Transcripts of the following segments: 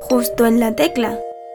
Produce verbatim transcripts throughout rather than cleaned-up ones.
Justo en la tecla.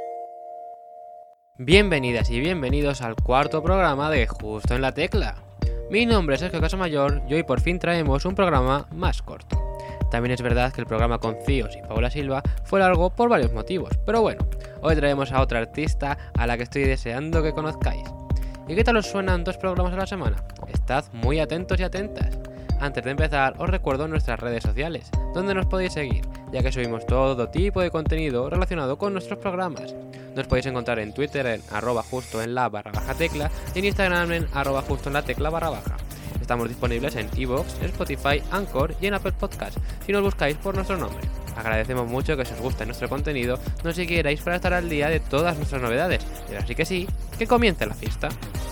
Bienvenidas y bienvenidos al cuarto programa de Justo en la Tecla. Mi nombre es Sergio Casamayor y hoy por fin traemos un programa más corto. También es verdad que el programa con Cíos y Paula Silva fue largo por varios motivos, pero bueno, hoy traemos a otra artista a la que estoy deseando que conozcáis. ¿Y qué tal os suenan dos programas a la semana? Estad muy atentos y atentas. Antes de empezar, os recuerdo nuestras redes sociales, donde nos podéis seguir, ya que subimos todo tipo de contenido relacionado con nuestros programas. Nos podéis encontrar en Twitter en arroba justo en la barra baja tecla y en Instagram en arroba justo en la tecla barra baja. Estamos disponibles en iVoox, Spotify, Anchor y en Apple Podcast, si nos buscáis por nuestro nombre. Agradecemos mucho que si os guste nuestro contenido, nos siguierais para estar al día de todas nuestras novedades. Y ahora sí que sí, que comience la fiesta.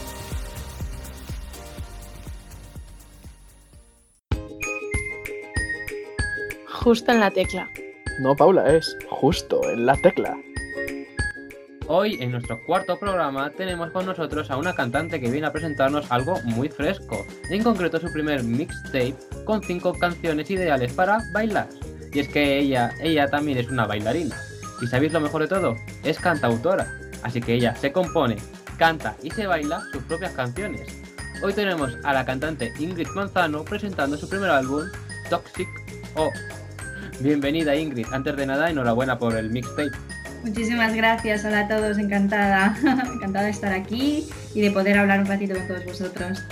Justo en la tecla. No, Paula, es justo en la tecla. Hoy, en nuestro cuarto programa, tenemos con nosotros a una cantante que viene a presentarnos algo muy fresco, en concreto su primer mixtape con cinco canciones ideales para bailar. Y es que ella, ella también es una bailarina. ¿Y sabéis lo mejor de todo? Es cantautora, así que ella se compone, canta y se baila sus propias canciones. Hoy tenemos a la cantante Ingrid Manzano presentando su primer álbum, Toxic O. Bienvenida Ingrid, antes de nada enhorabuena por el mixtape. Muchísimas gracias, hola a todos, encantada, encantada de estar aquí y de poder hablar un ratito con todos vosotros.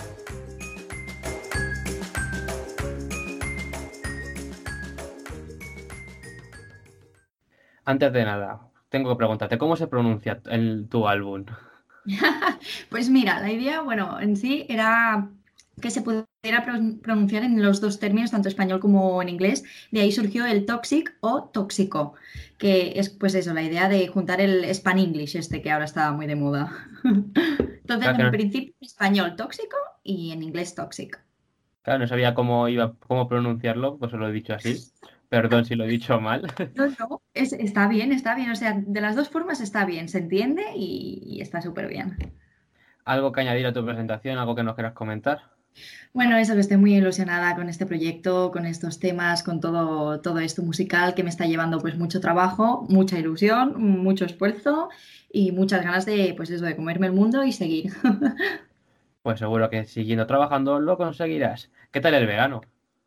Antes de nada, tengo que preguntarte, ¿cómo se pronuncia el, tu álbum? Pues mira, la idea, bueno, en sí era que se pudiera pronunciar en los dos términos, tanto español como en inglés. De ahí surgió el Toxic o Tóxico, que es pues eso, la idea de juntar el Span-English este que ahora está muy de moda. Entonces, Claro, en no, principio, español tóxico y en inglés Toxic. claro, no sabía cómo iba, cómo pronunciarlo, pues os lo he dicho así. Perdón si lo he dicho mal. No, no, es, está bien, está bien. O sea, de las dos formas está bien, se entiende y, y está súper bien. ¿Algo que añadir a tu presentación? ¿Algo que nos quieras comentar? Bueno, eso, que estoy muy ilusionada con este proyecto, con estos temas, con todo, todo esto musical que me está llevando pues mucho trabajo, mucha ilusión, mucho esfuerzo y muchas ganas de, pues eso, de comerme el mundo y seguir. Pues seguro que siguiendo trabajando lo conseguirás. ¿Qué tal el verano?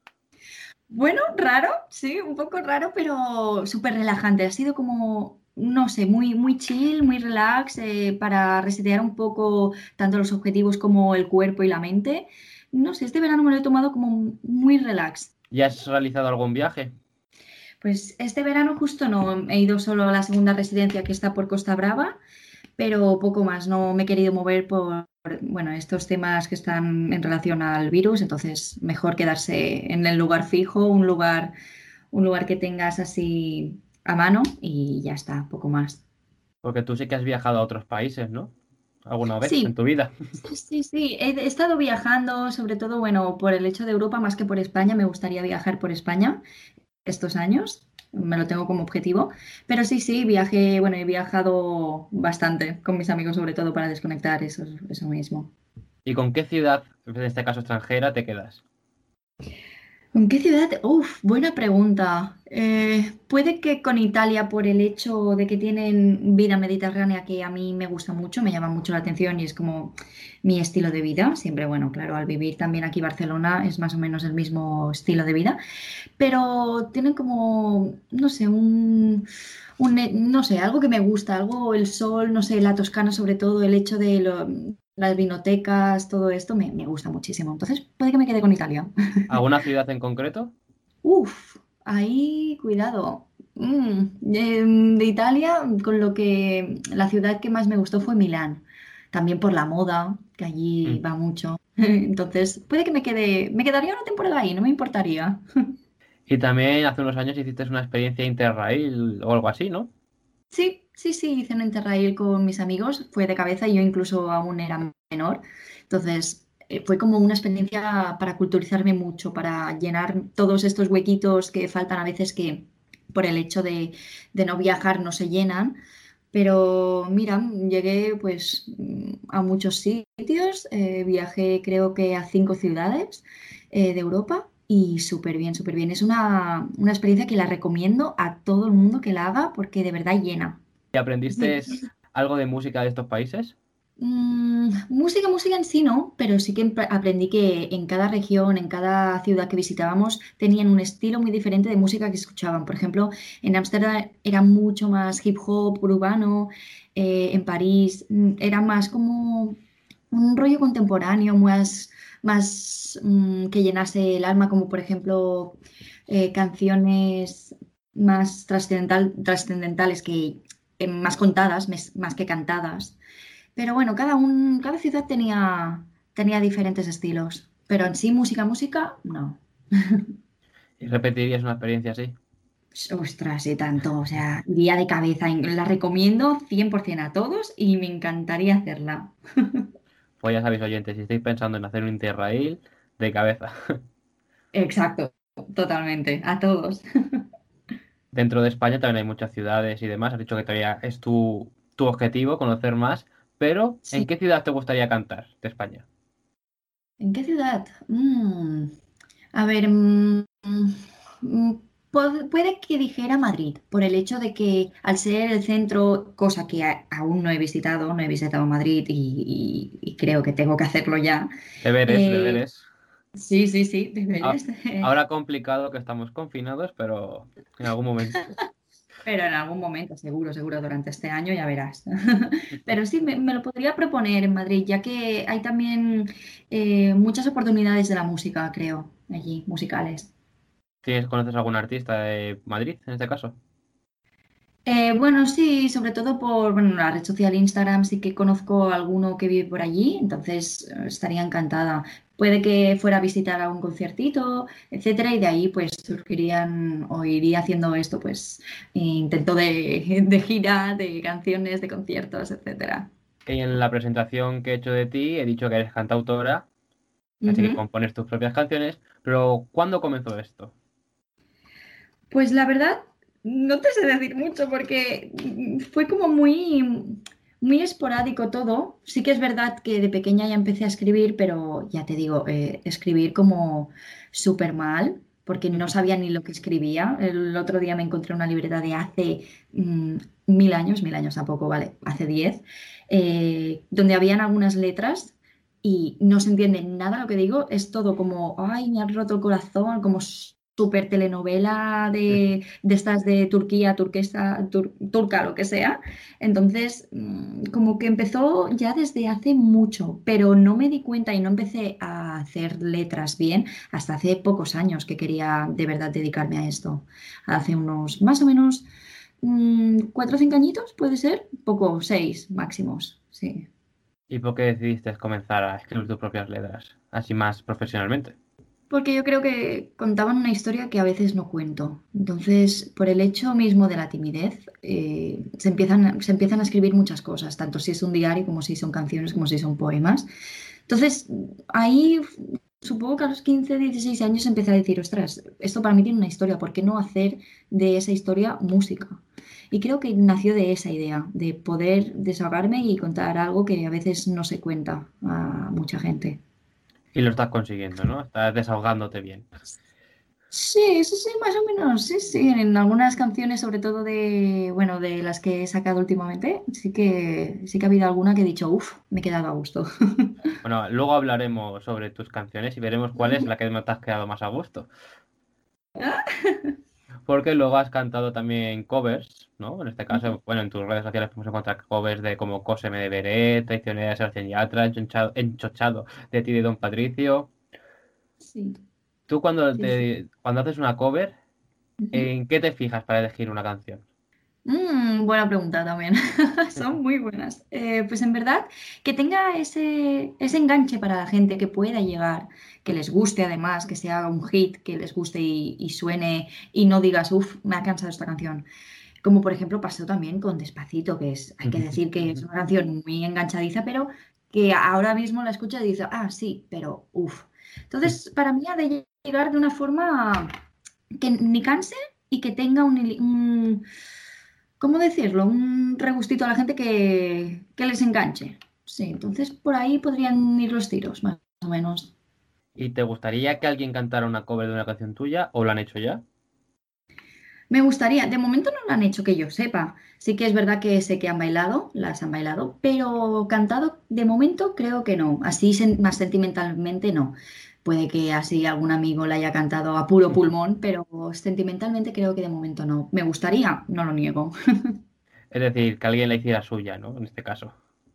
Bueno, raro, sí, un poco raro, pero súper relajante. Ha sido como, no sé, muy, muy chill, muy relax, eh, para resetear un poco tanto los objetivos como el cuerpo y la mente. No sé, este verano me lo he tomado como muy relax. ¿Ya has realizado algún viaje? Pues este verano justo no, he ido solo a la segunda residencia que está por Costa Brava, pero poco más, no me he querido mover por, bueno, estos temas que están en relación al virus, entonces mejor quedarse en el lugar fijo, un lugar, un lugar que tengas así a mano y ya está, poco más. Porque tú sí que has viajado a otros países, ¿no? ¿Alguna vez en Sí, tu vida? sí, sí, sí, he, he estado viajando, sobre todo, bueno, por el hecho de Europa más que por España, me gustaría viajar por España estos años, me lo tengo como objetivo, pero sí, sí, viaje, bueno, he viajado bastante con mis amigos sobre todo para desconectar, eso, eso mismo. ¿Y con qué ciudad, en este caso extranjera, te quedas? ¿Con qué ciudad? Uf, buena pregunta. Eh, puede que con Italia por el hecho de que tienen vida mediterránea que a mí me gusta mucho, me llama mucho la atención y es como mi estilo de vida. Siempre, bueno, claro, al vivir también aquí en Barcelona es más o menos el mismo estilo de vida, pero tienen como, no sé, un, un, eh, no sé, algo que me gusta, algo, el sol, no sé, la Toscana sobre todo, el hecho de lo- las vinotecas, todo esto me, me gusta muchísimo. Entonces, puede que me quede con Italia. ¿Alguna ciudad en concreto? Uf, ahí, cuidado. Mm, em, de Italia, con lo que la ciudad que más me gustó fue Milán. También por la moda, que allí Mm. va mucho. Entonces, puede que me quede, me quedaría una temporada ahí, no me importaría. Y también hace unos años hiciste una experiencia Interrail o algo así, ¿no? Sí, sí, sí, hice un Interrail con mis amigos, fue de cabeza y yo incluso aún era menor. Entonces, eh, fue como una experiencia para culturizarme mucho, para llenar todos estos huequitos que faltan a veces que por el hecho de, de no viajar no se llenan. Pero mira, llegué pues mm, a muchos sitios, eh, viajé creo que a cinco ciudades eh, de Europa y súper bien, súper bien. Es una, una experiencia que la recomiendo a todo el mundo que la haga porque de verdad llena. ¿Y aprendiste Sí. algo de música de estos países? Mm, música, música en sí no, pero sí que empre- aprendí que en cada región, en cada ciudad que visitábamos, tenían un estilo muy diferente de música que escuchaban. Por ejemplo, en Ámsterdam era mucho más hip hop urbano, eh, en París mm, era más como un rollo contemporáneo, más, más mm, que llenase el alma, como por ejemplo eh, canciones más trascendental- trascendentales que eh, más contadas, mes- más que cantadas. Pero bueno, cada un, cada ciudad tenía, tenía diferentes estilos. Pero en sí, música, música, no. ¿Y repetirías una experiencia así? Ostras, y tanto. O sea, iría de cabeza. La recomiendo cien por ciento a todos y me encantaría hacerla. Pues ya sabéis, oyentes, si estáis pensando en hacer un Interrail, de cabeza. Exacto, totalmente. A todos. Dentro de España también hay muchas ciudades y demás. Has dicho que todavía es tu, tu objetivo conocer más, pero ¿en Sí. qué ciudad te gustaría cantar de España? ¿En qué ciudad? Mm, A ver, mm, mm, pu- puede que dijera Madrid, por el hecho de que al ser el centro, cosa que a- aún no he visitado, no he visitado Madrid y, y- y creo que tengo que hacerlo ya. Deberes, Eh, deberes. sí, sí, sí, A- deberes. Ahora complicado que estamos confinados, pero en algún momento. Pero en algún momento, seguro, seguro, durante este año ya verás. Pero sí, me, me lo podría proponer en Madrid, ya que hay también eh, muchas oportunidades de la música, creo, allí, musicales. ¿Tienes, conoces algún artista de Madrid en este caso? Eh, bueno, sí, sobre todo por bueno, la red social Instagram, sí que conozco a alguno que vive por allí, entonces eh, estaría encantada. Puede que fuera a visitar a un conciertito, etcétera, y de ahí pues surgirían o iría haciendo esto, pues intento de, de gira, de canciones, de conciertos, etcétera. Y en la presentación que he hecho de ti he dicho que eres cantautora, así que Ujú. compones tus propias canciones, pero ¿cuándo comenzó esto? Pues la verdad, no te sé decir mucho porque mm, fue como muy, muy esporádico todo. Sí que es verdad que de pequeña ya empecé a escribir, pero ya te digo, eh, escribir como súper mal, porque no sabía ni lo que escribía. El otro día me encontré una libreta de hace mm, mil años, mil años tampoco, vale, hace diez, eh, donde habían algunas letras. Y no se entiende nada lo que digo, es todo como, ay, me ha roto el corazón, como súper telenovela de, de estas de Turquía, turquesa, tur- turca, lo que sea. Entonces, mm, como que empezó ya desde hace mucho, pero no me di cuenta y no empecé a hacer letras bien hasta hace pocos años que quería de verdad dedicarme a esto. Hace unos más o menos mm, cuatro o cinco añitos, puede ser, poco, seis máximos, sí. ¿Y por qué decidiste comenzar a escribir tus propias letras, así más profesionalmente? Porque yo creo que contaban una historia que a veces no cuento. Entonces, por el hecho mismo de la timidez, eh, se empiezan, se empiezan a escribir muchas cosas, tanto si es un diario como si son canciones, como si son poemas. Entonces, ahí supongo que a los quince dieciséis años empecé a decir, ostras, esto para mí tiene una historia, ¿por qué no hacer de esa historia música? Y creo que nació de esa idea, de poder desahogarme y contar algo que a veces no se cuenta a mucha gente. Y lo estás consiguiendo, ¿no? Estás desahogándote bien. Sí, sí, sí, más o menos, sí, sí, en algunas canciones, sobre todo de, bueno, de las que he sacado últimamente, sí que, sí que ha habido alguna que he dicho, uff, me he quedado a gusto. Bueno, luego hablaremos sobre tus canciones y veremos cuál es Ujú. la que te has quedado más a gusto. Ah, Porque luego has cantado también covers, ¿no? En este ujú. caso, bueno, en tus redes sociales podemos encontrar covers de como Cóseme de Beret, Traicionera de Sebastián Yatra, Enchonchado, Enchochado de ti de Don Patricio. Sí, Tú cuando sí, sí. te cuando haces una cover, Ujú. ¿en qué te fijas para elegir una canción? Mm, buena pregunta también. Son muy buenas. Eh, pues en verdad, que tenga ese, ese enganche para la gente, que pueda llegar, que les guste además, que sea un hit, que les guste y, y suene y no digas, uff, me ha cansado esta canción. Como por ejemplo pasó también con Despacito, que es, hay que decir que es una canción muy enganchadiza, pero que ahora mismo la escucha y dice, ah, sí, pero uff. Entonces, para mí ha de llegar de una forma que ni canse y que tenga un, un- ¿cómo decirlo? Un regustito a la gente que, que les enganche. Sí, entonces por ahí podrían ir los tiros, más o menos. ¿Y te gustaría que alguien cantara una cover de una canción tuya o lo han hecho ya? Me gustaría, de momento no lo han hecho que yo sepa. Sí que es verdad que sé que han bailado, las han bailado, pero cantado de momento creo que no. Así sen- más sentimentalmente no. Puede que así algún amigo la haya cantado a puro pulmón, pero sentimentalmente creo que de momento no. Me gustaría, no lo niego. Es decir, que alguien la hiciera suya, ¿no? En este caso.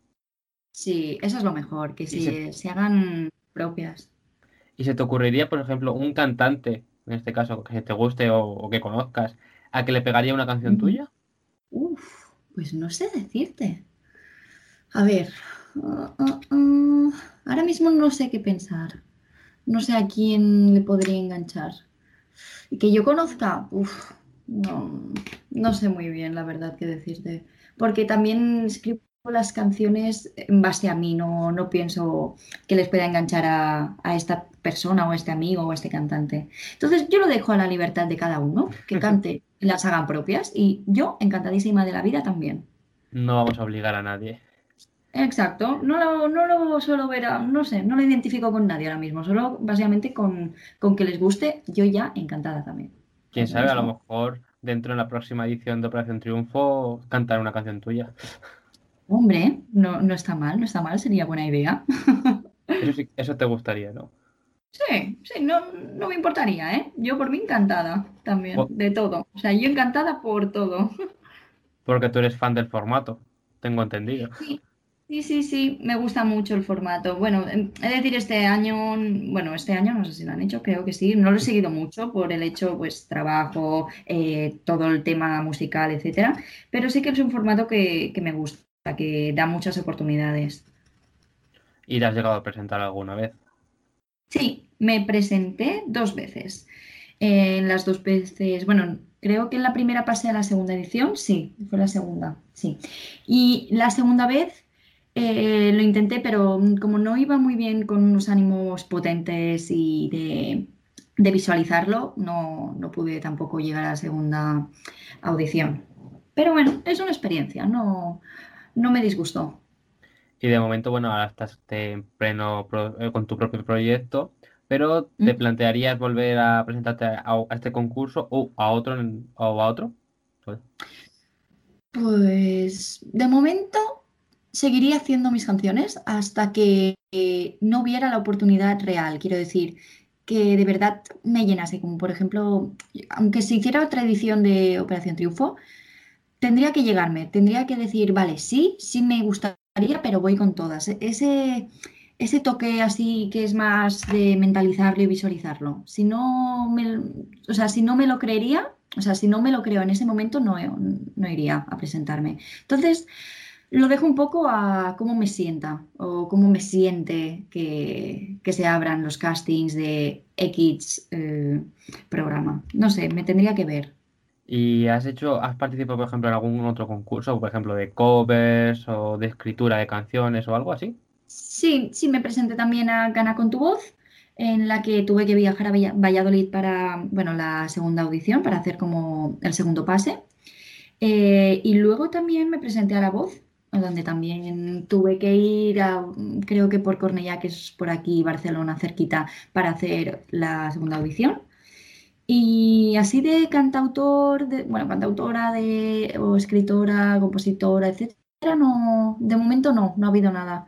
Sí, eso es lo mejor, que ¿Y se, se, se hagan propias. y se te ocurriría, por ejemplo, un cantante, en este caso, que te guste o, o que conozcas, a que le pegaría una canción Ujú. tuya? Uf, pues no sé decirte. A ver, ah, ah, ah, ahora mismo no sé qué pensar. No sé a quién le podría enganchar. Y que yo conozca, uf, no, no sé muy bien la verdad qué decirte. Porque también escribo las canciones en base a mí, no, no pienso que les pueda enganchar a, a esta persona o a este amigo o a este cantante. Entonces yo lo dejo a la libertad de cada uno, que cante y las hagan propias. Y yo encantadísima de la vida también. No vamos a obligar a nadie. Exacto, no lo, no lo suelo ver, a- no sé, no lo identifico con nadie ahora mismo, solo básicamente con, con que les guste, yo ya encantada también. Quién Con sabe, a lo eso, mejor dentro de la próxima edición de Operación Triunfo cantar una canción tuya. hombre, no, no está mal, no está mal, sería buena idea. Eso sí, eso te gustaría, ¿no? Sí, sí, no, no me importaría, ¿eh? Yo por mí encantada también, Po- de todo. O sea, yo encantada por todo. Porque tú eres fan del formato, tengo entendido. Sí, sí, sí, sí, me gusta mucho el formato. Bueno, em, es decir, este año, bueno, este año no sé si lo han hecho, creo que sí. No lo he seguido mucho por el hecho, pues, trabajo, eh, todo el tema musical, etcétera. Pero sí que es un formato que, que me gusta, que da muchas oportunidades. ¿Y te has llegado a presentar alguna vez? Sí, me presenté dos veces. En las dos veces, bueno, creo que en la primera pasé a la segunda edición, sí, fue la segunda, sí. Y la segunda vez eh, lo intenté, pero mm, como no iba muy bien con unos ánimos potentes y de, de visualizarlo, no, no pude tampoco llegar a la segunda audición. Pero bueno, es una experiencia, no, no me disgustó. Y de momento, bueno, ahora estás en pleno pro- eh, con tu propio proyecto, pero ¿te ¿Mm? plantearías volver a presentarte a, a este concurso o a otro en- o a otro? Pues, Pues de momento seguiría haciendo mis canciones hasta que eh, no viera la oportunidad real. Quiero decir, que de verdad me llenase, como por ejemplo, aunque se hiciera otra edición de Operación Triunfo, tendría que llegarme, tendría que decir, vale, sí, sí me gustaría, pero voy con todas. E- Ese, ese toque así que es más de mentalizarlo y visualizarlo. Si no me, o sea, si no me lo creería, o sea, si no me lo creo en ese momento, no, no iría a presentarme. Entonces, lo dejo un poco a cómo me sienta o cómo me siente que, que se abran los castings de X eh, programa. No sé, me tendría que ver. ¿y has hecho, has participado, por ejemplo, en algún otro concurso, por ejemplo, de covers o de escritura de canciones o algo así? Sí, sí, me presenté también a Gana con tu voz, en la que tuve que viajar a Valla- Valladolid para, bueno, la segunda audición, para hacer como el segundo pase. Eh, y luego también me presenté a La Voz, donde también tuve que ir a, creo que por Cornellá, que es por aquí, Barcelona, cerquita, para hacer la segunda audición. Y así de cantautor, de, bueno, cantautora de, o escritora, compositora, etcétera, no, de momento no, no ha habido nada.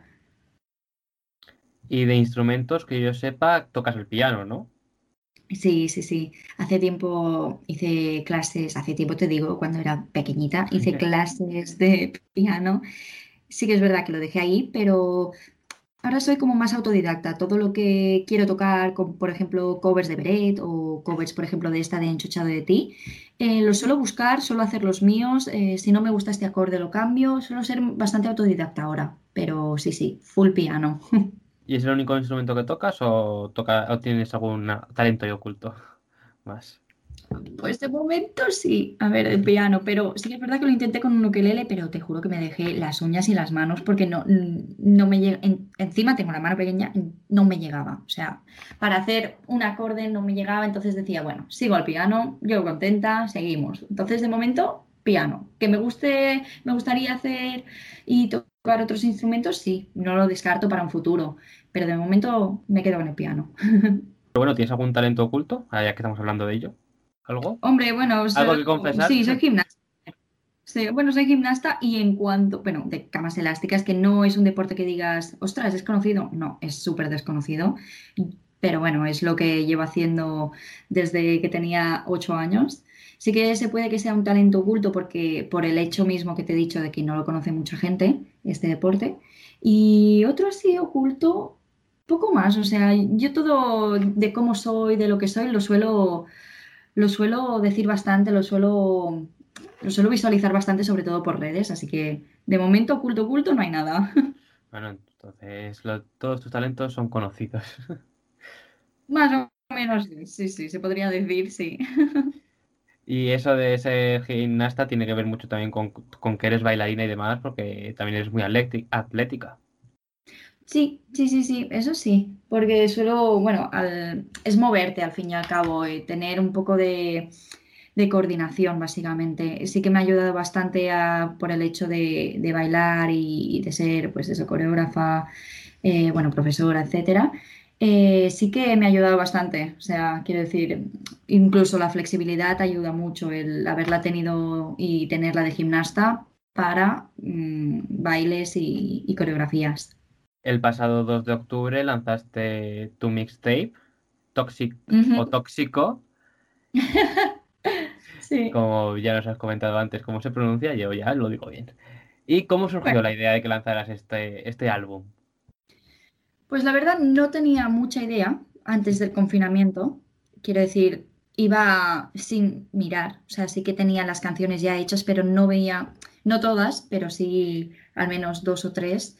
Y de instrumentos, que yo sepa, tocas el piano, ¿no? Sí, sí, sí. Hace tiempo hice clases, hace tiempo te digo, cuando era pequeñita, hice clases de piano. Sí que es verdad que lo dejé ahí, pero ahora soy como más autodidacta. Todo lo que quiero tocar, como por ejemplo covers de Beret o covers, por ejemplo, de esta de Enchuchado de ti, eh, lo suelo buscar, suelo hacer los míos. Eh, si no me gusta este acorde, lo cambio. Suelo ser bastante autodidacta ahora, pero sí, sí, full piano. ¿Y es el único instrumento que tocas o, toca, o tienes algún talento ahí oculto más? Pues de momento sí, a ver, el piano, pero sí que es verdad que lo intenté con un ukelele, pero te juro que me dejé las uñas y las manos porque no, no me llega, encima tengo la mano pequeña, no me llegaba, o sea, para hacer un acorde no me llegaba, entonces decía, bueno, sigo al piano, yo contenta, seguimos. Entonces de momento, piano, que me guste, me gustaría hacer y tocar otros instrumentos, sí, no lo descarto para un futuro, pero de momento me quedo con el piano. Pero bueno, ¿tienes algún talento oculto? Ah, ya que estamos hablando de ello. ¿Algo? Hombre, bueno, ¿Algo so- que confesar? sí, soy gimnasta. Sí, bueno, soy gimnasta y en cuanto, bueno, de camas elásticas, que no es un deporte que digas, ostras, es conocido. No, es súper desconocido. Pero bueno, es lo que llevo haciendo desde que tenía ocho años. Sí que se puede que sea un talento oculto porque por el hecho mismo que te he dicho de que no lo conoce mucha gente, este deporte. Y otro así oculto, poco más. O sea, yo todo de cómo soy, de lo que soy, lo suelo, lo suelo decir bastante, lo suelo, lo suelo visualizar bastante, sobre todo por redes. Así que de momento oculto, oculto, no hay nada. Bueno, entonces lo- todos tus talentos son conocidos. Más o menos, sí, sí, sí, se podría decir, sí. Y eso de ser gimnasta tiene que ver mucho también con, con que eres bailarina y demás, porque también eres muy atléti- atlética. Sí, sí, sí, sí, eso sí, porque suelo, bueno, al- es moverte al fin y al cabo, y tener un poco de, de coordinación, básicamente. Sí que me ha ayudado bastante a- por el hecho de, de bailar y, y de ser, pues eso, coreógrafa, eh, bueno, profesora, etcétera. Eh, sí que me ha ayudado bastante, o sea, quiero decir, incluso la flexibilidad ayuda mucho, el haberla tenido y tenerla de gimnasta para mm, bailes y y coreografías. El pasado dos de octubre lanzaste tu mixtape, Toxic o Ujú. Tóxico, Sí. como ya nos has comentado antes cómo se pronuncia, yo ya lo digo bien. ¿Y cómo surgió Bueno, la idea de que lanzaras este, este álbum? pues la verdad no tenía mucha idea antes del confinamiento. Quiero decir, iba sin mirar. O sea, sí que tenía las canciones ya hechas, pero no veía, no todas, pero sí al menos dos o tres.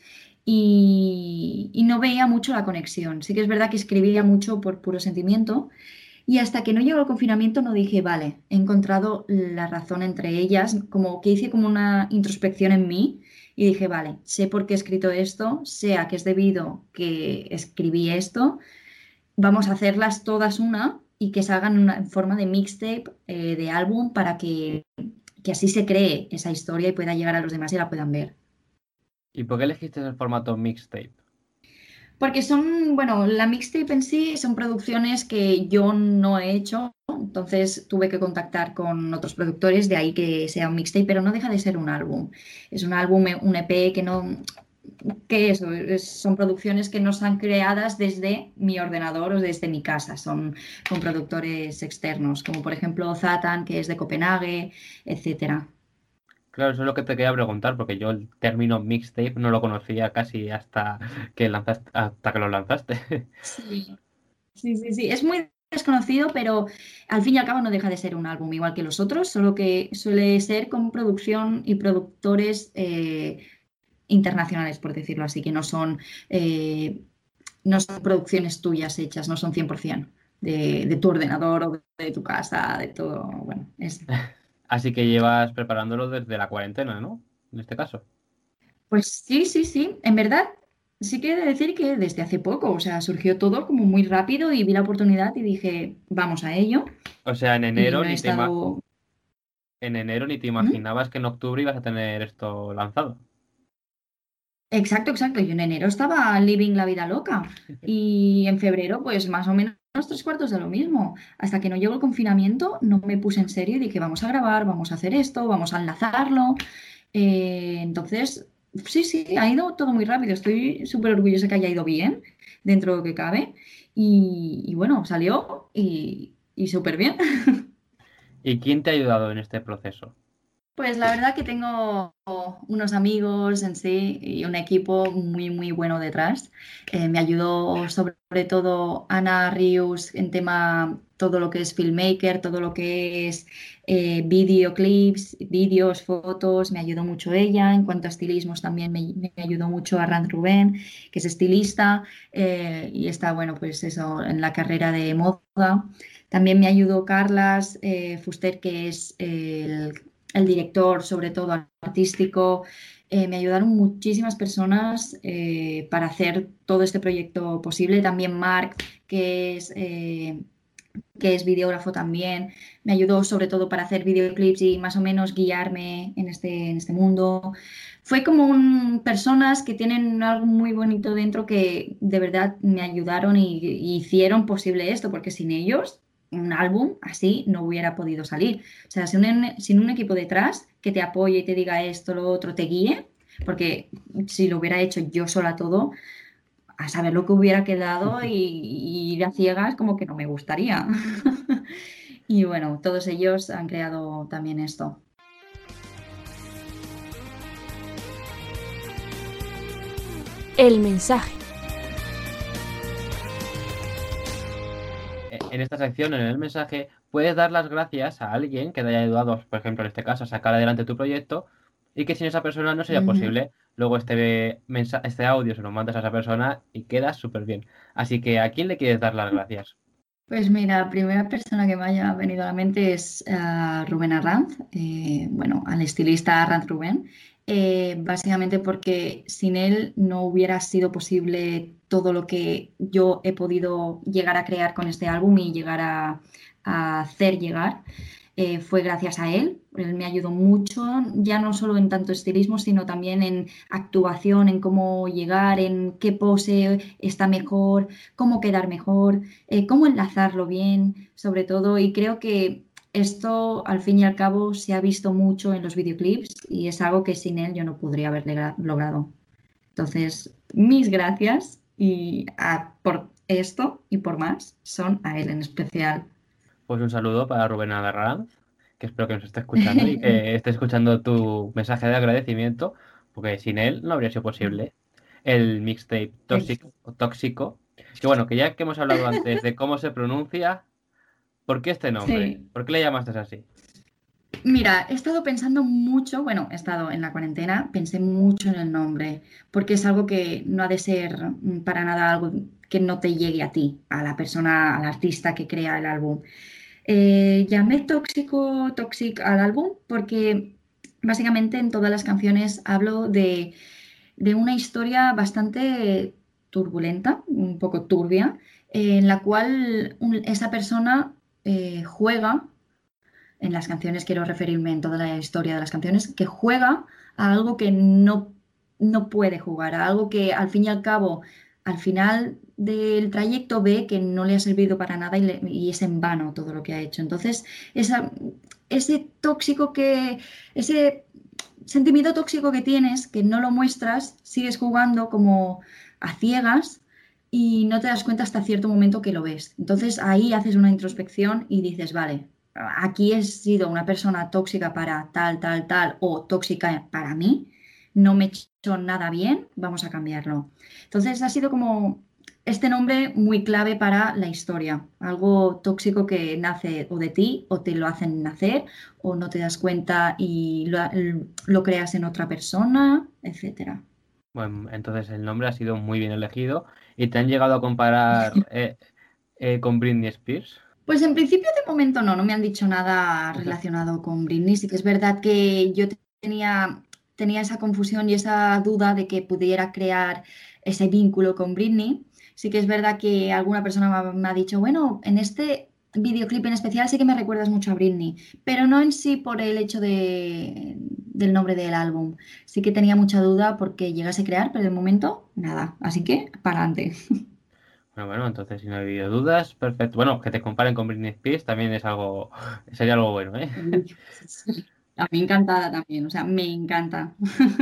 Y, y no veía mucho la conexión. Sí que es verdad que escribía mucho por puro sentimiento. Y hasta que no llegó el confinamiento no dije, vale, he encontrado la razón entre ellas, como que hice como una introspección en mí y dije, vale, sé por qué he escrito esto, sé a qué es debido que escribí esto, vamos a hacerlas todas una y que salgan una, en forma de mixtape, eh, de álbum, para que, que así se cree esa historia y pueda llegar a los demás y la puedan ver. ¿Y por qué elegiste el formato mixtape? Porque son, bueno, la mixtape en sí son producciones que yo no he hecho, entonces tuve que contactar con otros productores, de ahí que sea un mixtape, pero no deja de ser un álbum. Es un álbum, eh, un E P que no, que eso, es- son producciones que no están creadas desde mi ordenador o desde mi casa, son con productores externos, como por ejemplo Zatan, que es de Copenhague, etcétera. Claro, eso es lo que te quería preguntar, porque yo el término mixtape no lo conocía casi hasta que lanzaste, hasta que lo lanzaste. Sí. Sí, sí, sí, es muy desconocido, pero al fin y al cabo no deja de ser un álbum igual que los otros, solo que suele ser con producción y productores eh, internacionales, por decirlo así, que no son, eh, no son producciones tuyas hechas, no son cien por ciento de, de tu ordenador o de tu casa, de todo. Bueno, es, Así que llevas preparándolo desde la cuarentena, ¿no? En este caso. pues sí, sí, sí, en verdad. Sí que he de decir que desde hace poco, o sea, surgió todo como muy rápido y vi la oportunidad y dije, vamos a ello. O sea, en Y enero no he ni te ima- estado... en enero ni te ¿Mm? imaginabas que en octubre ibas a tener esto lanzado. Exacto, exacto. Yo en enero estaba living la vida loca y en febrero pues más o menos tres cuartos de lo mismo. Hasta que no llegó el confinamiento no me puse en serio y dije vamos a grabar, vamos a hacer esto, vamos a enlazarlo. Eh, entonces, sí, sí, ha ido todo muy rápido. Estoy súper orgullosa que haya ido bien dentro de lo que cabe y, y bueno, salió y, y súper bien. ¿Y quién te ha ayudado en este proceso? Pues la verdad que tengo unos amigos en sí y un equipo muy, muy bueno detrás. Eh, me ayudó sobre todo Ana Rius en tema todo lo que es filmmaker, todo lo que es eh, videoclips, vídeos, fotos, me ayudó mucho ella. En cuanto a estilismos también me, me ayudó mucho Arran Rubén, que es estilista eh, y está, bueno, pues eso, en la carrera de moda. También me ayudó Carlas eh, Fuster, que es el el director, sobre todo artístico. Eh, me ayudaron muchísimas personas eh, para hacer todo este proyecto posible. También Mark, que es, eh, que es videógrafo también, me ayudó sobre todo para hacer videoclips y más o menos guiarme en este, en este mundo. fue como un, personas que tienen algo muy bonito dentro que de verdad me ayudaron y, y hicieron posible esto, porque sin ellos un álbum así no hubiera podido salir. O sea, sin un, sin un equipo detrás que te apoye y te diga esto, lo otro, te guíe, porque si lo hubiera hecho yo sola todo, a saber lo que hubiera quedado y, y ir a ciegas como que no me gustaría. Y bueno, todos ellos han creado también esto. El mensaje. En esta sección, en el mensaje, puedes dar las gracias a alguien que te haya ayudado, por ejemplo, en este caso, a sacar adelante tu proyecto y que sin esa persona no sería Ujú. posible. Luego este, mensa- este audio se lo mandas a esa persona y queda súper bien. Así que, ¿a quién le quieres dar las gracias? Pues mira, la primera persona que me haya venido a la mente es uh, Rubén Arranz, eh, bueno, al estilista Arranz Rubén, eh, básicamente porque sin él no hubiera sido posible todo lo que yo he podido llegar a crear con este álbum y llegar a, a hacer llegar. Eh, fue gracias a él. Él me ayudó mucho, ya no solo en tanto estilismo, sino también en actuación, en cómo llegar, en qué pose está mejor, cómo quedar mejor, eh, cómo enlazarlo bien, sobre todo. Y creo que esto, al fin y al cabo, se ha visto mucho en los videoclips y es algo que sin él yo no podría haber legra- logrado. Entonces, mis gracias y a- por esto y por más son a él en especial. Pues un saludo para Rubén Adarranz, que espero que nos esté escuchando y que esté escuchando tu mensaje de agradecimiento, porque sin él no habría sido posible. El mixtape tóxico, tóxico, que bueno, que ya que hemos hablado antes de cómo se pronuncia, ¿por qué este nombre? Sí. ¿Por qué le llamaste así? Mira, he estado pensando mucho, bueno, he estado en la cuarentena, pensé mucho en el nombre, porque es algo que no ha de ser mm, para nada algo que no te llegue a ti, a la persona, al artista que crea el álbum. Eh, llamé tóxico, toxic al álbum porque básicamente en todas las canciones hablo de, de una historia bastante turbulenta, un poco turbia, eh, en la cual un- esa persona eh, juega en las canciones, quiero referirme en toda la historia de las canciones, que juega a algo que no, no puede jugar, a algo que al fin y al cabo, al final del trayecto ve que no le ha servido para nada y, le- y es en vano todo lo que ha hecho. Entonces, esa, ese tóxico que, ese sentimiento tóxico que tienes, que no lo muestras, sigues jugando como a ciegas. Y no te das cuenta hasta cierto momento que lo ves. Entonces ahí haces una introspección y dices, vale, aquí he sido una persona tóxica para tal, tal, tal, o tóxica para mí, no me he hecho nada bien, vamos a cambiarlo. Entonces ha sido como este nombre muy clave para la historia, algo tóxico que nace o de ti o te lo hacen nacer o no te das cuenta y lo, lo creas en otra persona, etcétera. Bueno, entonces el nombre ha sido muy bien elegido y te han llegado a comparar eh, eh, con Britney Spears. Pues en principio de momento no, no me han dicho nada relacionado con Britney. Sí que es verdad que yo te- tenía, tenía esa confusión y esa duda de que pudiera crear ese vínculo con Britney. Sí que es verdad que alguna persona me ha, me ha dicho, bueno, en este videoclip en especial sí que me recuerdas mucho a Britney, pero no en sí por el hecho de, del nombre del álbum. Sí que tenía mucha duda porque llegase a crear, pero de momento nada. Así que para adelante. Bueno, bueno, entonces si no ha habido dudas, perfecto. Bueno, que te comparen con Britney Spears también es algo, sería algo bueno, ¿eh? Uy, a mí encantada también, o sea, me encanta.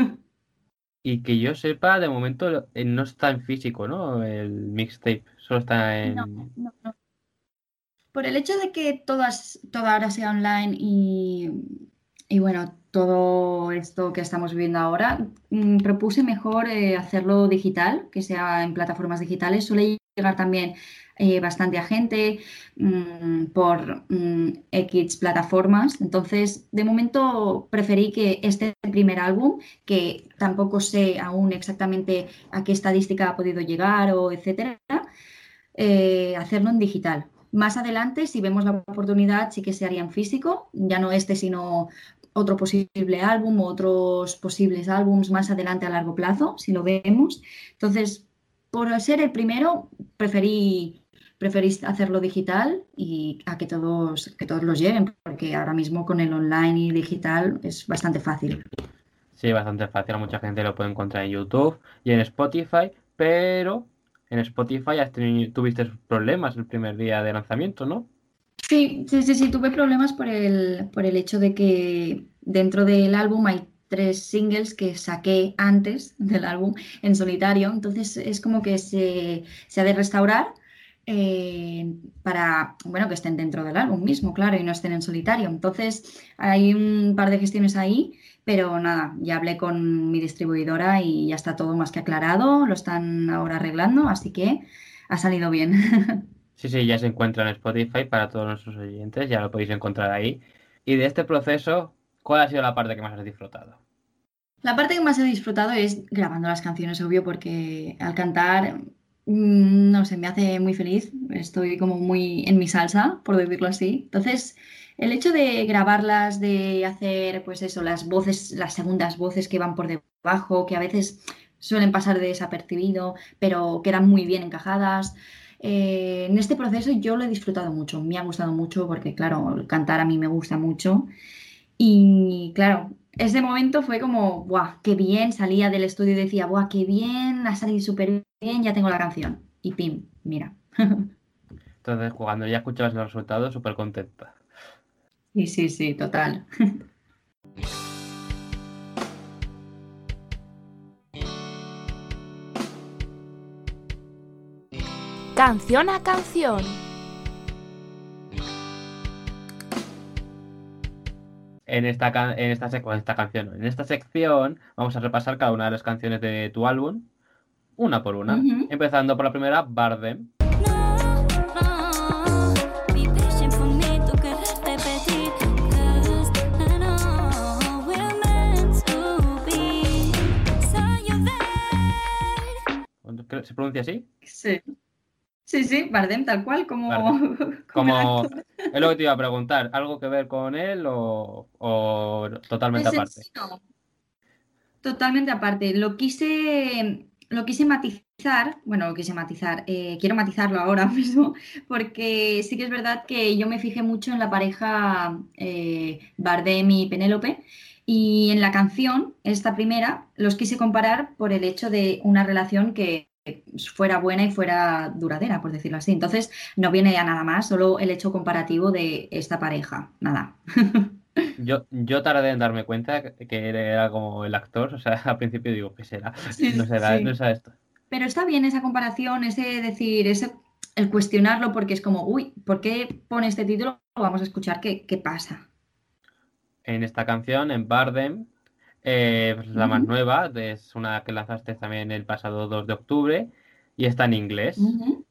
Y que yo sepa, de momento eh, no está en físico, ¿no? El mixtape, solo está No, en... no, no. Por el hecho de que todas, todo ahora sea online y, y bueno, todo esto que estamos viviendo ahora, mm, propuse mejor eh, hacerlo digital, que sea en plataformas digitales. Suele llegar también eh, bastante a gente mm, por mm, X plataformas. Entonces, de momento preferí que este primer álbum, que tampoco sé aún exactamente a qué estadística ha podido llegar o etcétera, eh, hacerlo en digital. Más adelante, si vemos la oportunidad, sí que se haría en físico, ya no este, sino otro posible álbum o otros posibles álbums más adelante a largo plazo, si lo vemos. Entonces, por ser el primero, preferí, preferí hacerlo digital y a que todos, que todos los lleven, porque ahora mismo con el online y digital es bastante fácil. Sí, bastante fácil, a mucha gente lo puede encontrar en YouTube y en Spotify, pero en Spotify has teni- tuviste problemas el primer día de lanzamiento, ¿no? Sí, sí, sí, sí, tuve problemas por el, por el hecho de que dentro del álbum hay tres singles que saqué antes del álbum en solitario, entonces es como que se, se ha de restaurar eh, para, bueno, que estén dentro del álbum mismo, claro, y no estén en solitario. Entonces hay un par de gestiones ahí, pero nada, ya hablé con mi distribuidora y ya está todo más que aclarado, lo están ahora arreglando, así que ha salido bien. Sí, sí, ya se encuentra en Spotify para todos nuestros oyentes, ya lo podéis encontrar ahí. Y de este proceso, ¿cuál ha sido la parte que más has disfrutado? La parte que más he disfrutado es grabando las canciones, obvio, porque al cantar, mm, no sé, me hace muy feliz. Estoy como muy en mi salsa, por decirlo así. Entonces, el hecho de grabarlas, de hacer, pues eso, las voces, las segundas voces que van por debajo, que a veces suelen pasar de desapercibido, pero quedan muy bien encajadas. Eh, en este proceso yo lo he disfrutado mucho, me ha gustado mucho porque, claro, el cantar a mí me gusta mucho. Y claro, ese momento fue como, ¡buah! ¡Qué bien! Salía del estudio y decía, ¡buah! ¡Qué bien! Ha salido súper bien, ya tengo la canción. Y pim, mira. Entonces, cuando ya escuchabas los resultados, súper contenta. Sí, sí, sí, total. Canción a canción. En esta, ca- en esta, sec- en esta canción, no, en esta sección vamos a repasar cada una de las canciones de tu álbum, una por una. Ujú. Empezando por la primera, Bardem. No, no, be patient for me, tú querrás repetir. 'Cause I know we're meant to be. Saw you there. Creo- ¿Se pronuncia así? Sí, sí, sí, Bardem, tal cual, como, Bardem. como el Como, actor. es lo que te iba a preguntar, ¿algo que ver con él o, o totalmente Pues en aparte? sí no. Totalmente aparte. Lo quise, lo quise matizar, bueno, lo quise matizar, eh, quiero matizarlo ahora mismo, porque sí que es verdad que yo me fijé mucho en la pareja eh, Bardem y Penélope, y en la canción, esta primera, los quise comparar por el hecho de una relación que fuera buena y fuera duradera, por decirlo así. Entonces, no viene a nada más, solo el hecho comparativo de esta pareja, nada. Yo, yo tardé en darme cuenta que que era como el actor, o sea, al principio digo, ¿qué será? Sí, No será, no sí. será esto. Pero está bien esa comparación, ese decir, ese, el cuestionarlo, porque es como, uy, ¿por qué pone este título? Vamos a escuchar qué, qué pasa. En esta canción, en Bardem, eh, pues la más Ujú, nueva, de- es una que lanzaste también el pasado dos de octubre y está en inglés. ujú.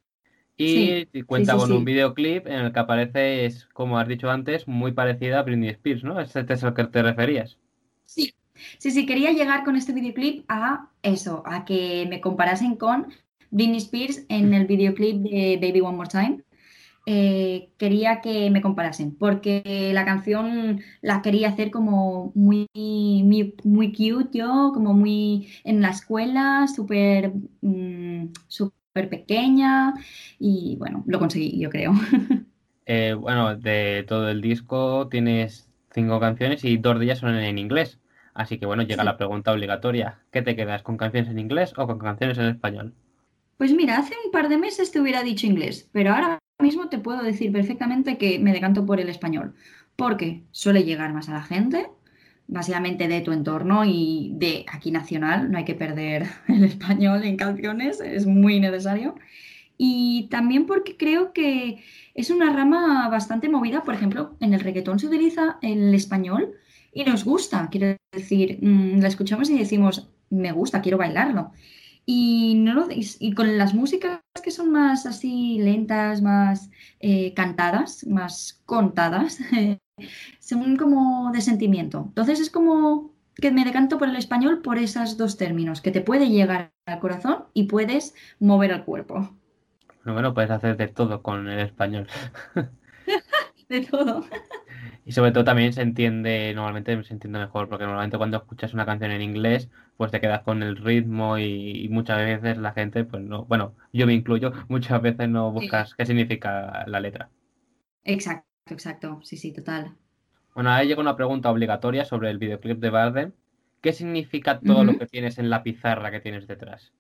Y Sí, sí, cuenta sí, con un sí. videoclip en el que aparece, es, como has dicho antes, muy parecida a Britney Spears, ¿no? Este es el que te referías. Sí, sí, sí, quería llegar con este videoclip a eso, a que me comparasen con Britney Spears en el videoclip de Baby One More Time. Eh, quería que me comparasen, porque la canción la quería hacer como muy, muy, muy cute yo, como muy en la escuela, súper mm, súper pequeña y bueno, lo conseguí, yo creo. Eh, bueno, de todo el disco tienes cinco canciones y dos de ellas son en inglés. Así que bueno, llega la Sí. pregunta obligatoria. ¿Qué te quedas, con canciones en inglés o con canciones en español? Pues mira, hace un par de meses te hubiera dicho inglés, pero ahora mismo te puedo decir perfectamente que me decanto por el español, porque suele llegar más a la gente, básicamente de tu entorno y de aquí nacional, no hay que perder el español en canciones, es muy necesario. Y también porque creo que es una rama bastante movida, por ejemplo, en el reggaetón se utiliza el español y nos gusta, quiero decir, mm, la escuchamos y decimos, me gusta, quiero bailarlo. Y, no lo- y, y con las músicas que son más así lentas, más eh, cantadas, más contadas, son como de sentimiento. Entonces es como que me decanto por el español por esos dos términos, que te puede llegar al corazón y puedes mover el cuerpo. Bueno, bueno, puedes hacer de todo con el español. De todo. Y sobre todo también se entiende, normalmente se entiende mejor, porque normalmente cuando escuchas una canción en inglés, pues te quedas con el ritmo y, y muchas veces la gente, pues no, bueno, yo me incluyo, muchas veces no Sí. buscas qué significa la letra. Exacto, exacto. Sí, sí, total. Bueno, ahora llega una pregunta obligatoria sobre el videoclip de Bardem. ¿Qué significa todo lo Ujú. que tienes en la pizarra que tienes detrás?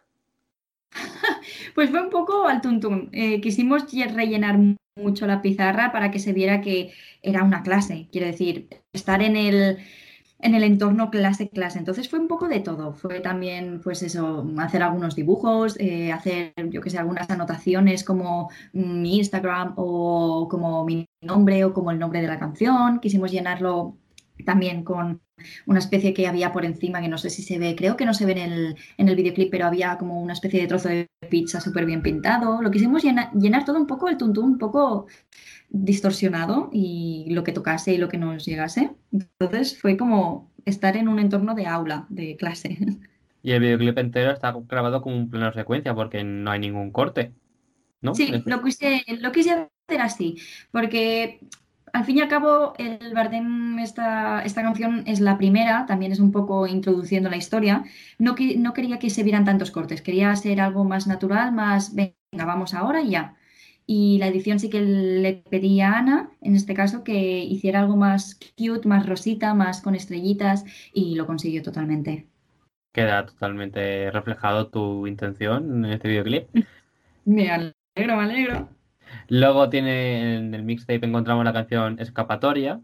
Pues fue un poco al tuntún. Eh, quisimos lle- rellenar mu- mucho la pizarra para que se viera que era una clase. Quiero decir, estar en el, en el entorno clase-clase. Entonces fue un poco de todo. Fue también, pues eso, hacer algunos dibujos, eh, hacer, yo que sé, algunas anotaciones como mm, mi Instagram o como mi nombre o como el nombre de la canción. Quisimos llenarlo también con una especie que había por encima, que no sé si se ve, creo que no se ve en el, en el videoclip, pero había como una especie de trozo de pizza súper bien pintado. Lo quisimos llena- llenar todo un poco, el tuntún un poco distorsionado y lo que tocase y lo que nos llegase. Entonces fue como estar en un entorno de aula, de clase. Y el videoclip entero está grabado como un plano secuencia porque no hay ningún corte, ¿no? Sí, lo quise, lo quise hacer así, porque al fin y al cabo el Bardem, esta, esta canción es la primera, también es un poco introduciendo la historia. No, qui- no quería que se vieran tantos cortes, quería hacer algo más natural, más, venga, vamos ahora y ya. Y la edición sí que le pedí a Ana, en este caso, que hiciera algo más cute, más rosita, más con estrellitas, y lo consiguió totalmente. Queda totalmente reflejado tu intención en este videoclip. Me alegro, me alegro. Luego tiene en el mixtape encontramos la canción Escapatoria.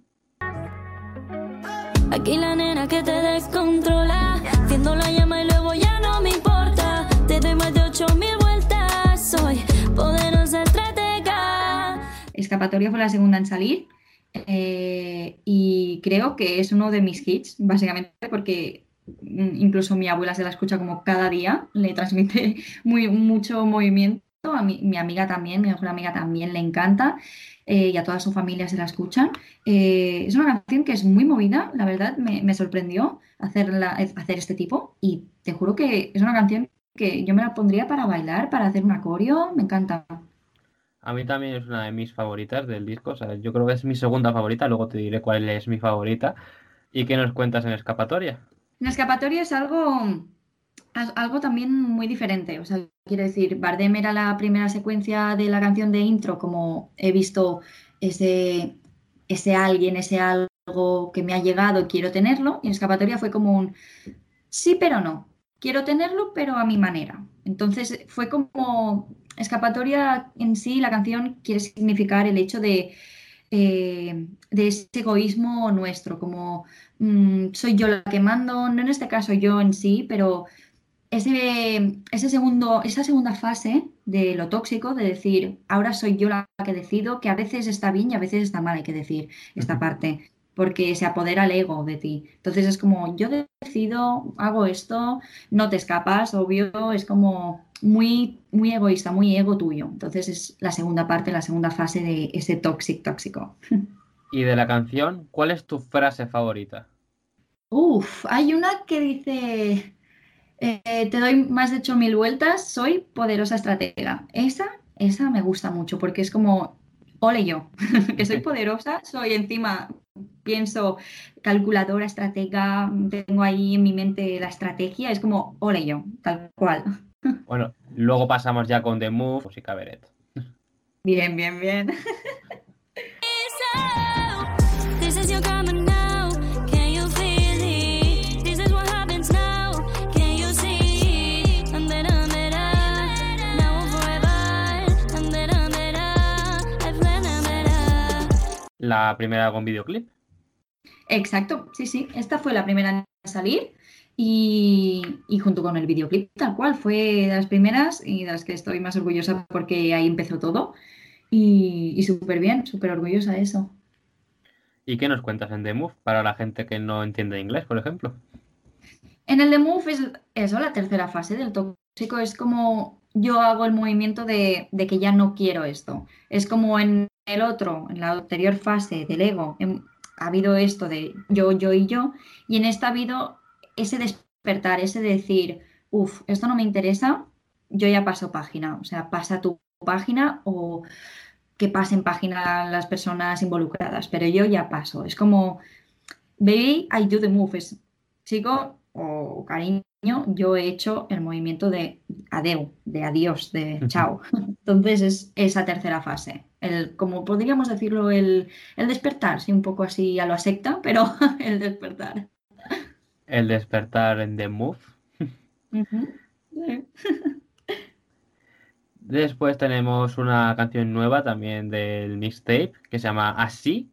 Aquí la nena que te descontrola, siendo la llama y luego ya no me importa. Te doy más de ocho mil vueltas, soy poderosa estratega. Escapatoria fue la segunda en salir eh, y creo que es uno de mis hits, básicamente porque mm, incluso mi abuela se la escucha como cada día, le transmite muy, mucho movimiento. A mi, mi amiga también, mi mejor amiga también le encanta eh, y a toda su familia se la escuchan. Eh, es una canción que es muy movida, la verdad me, me sorprendió hacerla, hacer este tipo y te juro que es una canción que yo me la pondría para bailar, para hacer un acorio, me encanta. A mí también es una de mis favoritas del disco. O sea, yo creo que es mi segunda favorita. Luego te diré cuál es mi favorita. ¿Y qué nos cuentas en Escapatoria? La escapatoria es algo, as- algo también muy diferente. O sea, quiero decir, Bardem era la primera secuencia de la canción de intro, como he visto ese, ese alguien, ese algo que me ha llegado y quiero tenerlo. Y en escapatoria fue como un sí, pero no. Quiero tenerlo, pero a mi manera. Entonces fue como escapatoria en sí, la canción quiere significar el hecho de eh, de ese egoísmo nuestro, como mm, soy yo la que mando, no en este caso yo en sí, pero ese, ese segundo, esa segunda fase de lo tóxico, de decir, ahora soy yo la que decido, que a veces está bien y a veces está mal, hay que decir esta parte, porque se apodera el ego de ti. Entonces es como, yo decido, hago esto, no te escapas, obvio, es como muy, muy egoísta, muy ego tuyo. Entonces es la segunda parte, la segunda fase de ese tóxico tóxico. Y de la canción, ¿cuál es tu frase favorita? Uf, hay una que dice... Eh, te doy más de ocho mil vueltas, soy poderosa estratega. Esa, esa me gusta mucho porque es como, ole yo, que soy poderosa, soy encima, pienso calculadora, estratega, tengo ahí en mi mente la estrategia, es como, ole yo, tal cual. Bueno, luego pasamos ya con The Move, música Beret. Bien, bien, bien. This is your coming now. Can you feel it? This is what happens now. Can you see? I'm better, I'm better. Now and forever. I'm better, I'm better. I've learned I'm better. La primera con videoclip. Exacto, sí, sí, esta fue la primera en salir y, y junto con el videoclip, tal cual, fue de las primeras y de las que estoy más orgullosa porque ahí empezó todo y, y súper bien, súper orgullosa de eso. ¿Y qué nos cuentas en The Move para la gente que no entiende inglés, por ejemplo? En el de Move es eso, la tercera fase del tóxico, es como yo hago el movimiento de, de que ya no quiero esto. Es como en el otro, en la anterior fase del ego, em- ha habido esto de yo, yo y yo, y en esta ha habido ese despertar, ese decir, uff, esto no me interesa, yo ya paso página, o sea, pasa tu página o que pasen página las personas involucradas, pero yo ya paso. Es como baby, I do the move. Es, chico o cariño, yo he hecho el movimiento de adeu, de adiós, de chao. Entonces es esa tercera fase. El, como podríamos decirlo, el, el despertar, sí, un poco así a lo secta, pero el despertar. El despertar en The Move. Ujú. Sí. Después tenemos una canción nueva también del mixtape que se llama Así.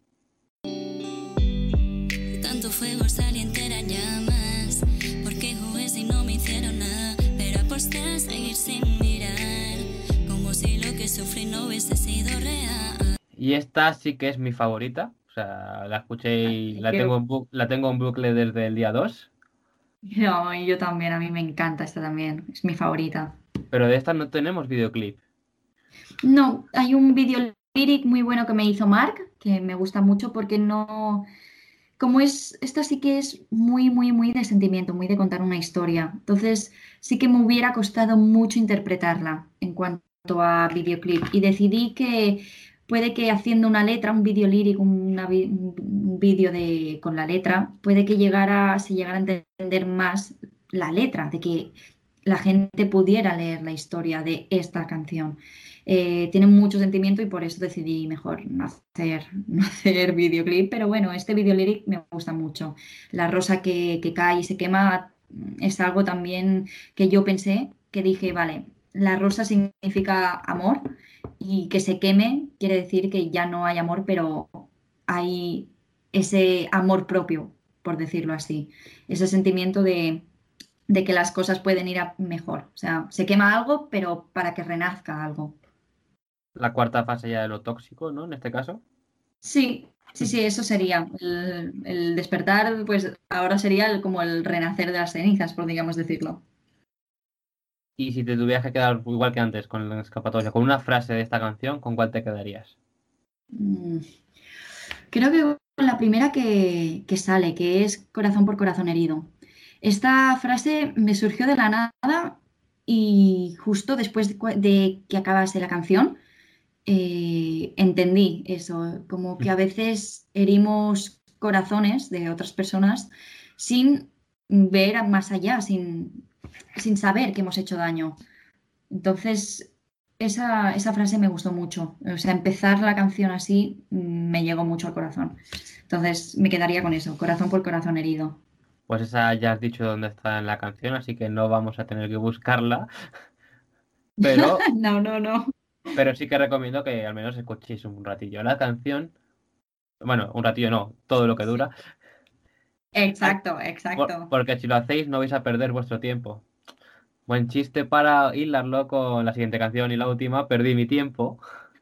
Tanto fuego salí entera en llamas, porque jugué si no me hicieron nada, pero aposté a seguir sin mirar, como si lo que sufrí no hubiese sido real. Y esta sí que es mi favorita. O sea, la escuché y la Qué- tengo en, bu- la tengo en bucle desde el día dos. No, y yo también, a mí me encanta esta también, es mi favorita. Pero de esta no tenemos videoclip. No, hay un video lyric muy bueno que me hizo Mark, que me gusta mucho porque no, como es, esta sí que es muy, muy, muy de sentimiento, muy de contar una historia. Entonces sí que me hubiera costado mucho interpretarla en cuanto a videoclip. Y decidí que puede que haciendo una letra, un video lyric, una vi- un vídeo de, con la letra, puede que llegara, se llegara a entender más la letra, de que la gente pudiera leer la historia de esta canción. Eh, tiene mucho sentimiento y por eso decidí mejor no hacer, no hacer videoclip, pero bueno, este video lyric me gusta mucho. La rosa que, que cae y se quema es algo también que yo pensé, que dije, vale, la rosa significa amor y que se queme quiere decir que ya no hay amor, pero hay ese amor propio, por decirlo así, ese sentimiento de, de que las cosas pueden ir a mejor. O sea, se quema algo, pero para que renazca algo. La cuarta fase ya de lo tóxico, ¿no? En este caso. Sí, sí, sí, eso sería. El, el despertar, pues ahora sería el- como el renacer de las cenizas, por digamos decirlo. Y si te tuvieras que quedar igual que antes con la escapatoria, con una frase de esta canción, ¿con cuál te quedarías? Mm, Creo que con la primera que, que sale, que es corazón por corazón herido. Esta frase me surgió de la nada y justo después de, cua- de que acabase la canción, eh, entendí eso, como que a veces herimos corazones de otras personas sin ver más allá, sin, sin saber que hemos hecho daño. Entonces, esa, esa frase me gustó mucho. O sea, empezar la canción así mm, me llegó mucho al corazón. Entonces, me quedaría con eso, corazón por corazón herido. Pues esa ya has dicho dónde está en la canción, así que no vamos a tener que buscarla. Pero, No, no, no. pero sí que recomiendo que al menos escuchéis un ratillo la canción. Bueno, un ratillo no, todo lo que dura. Exacto, Por- exacto. porque si lo hacéis no vais a perder vuestro tiempo. Buen chiste para hilarlo con la siguiente canción y la última, Perdí mi tiempo.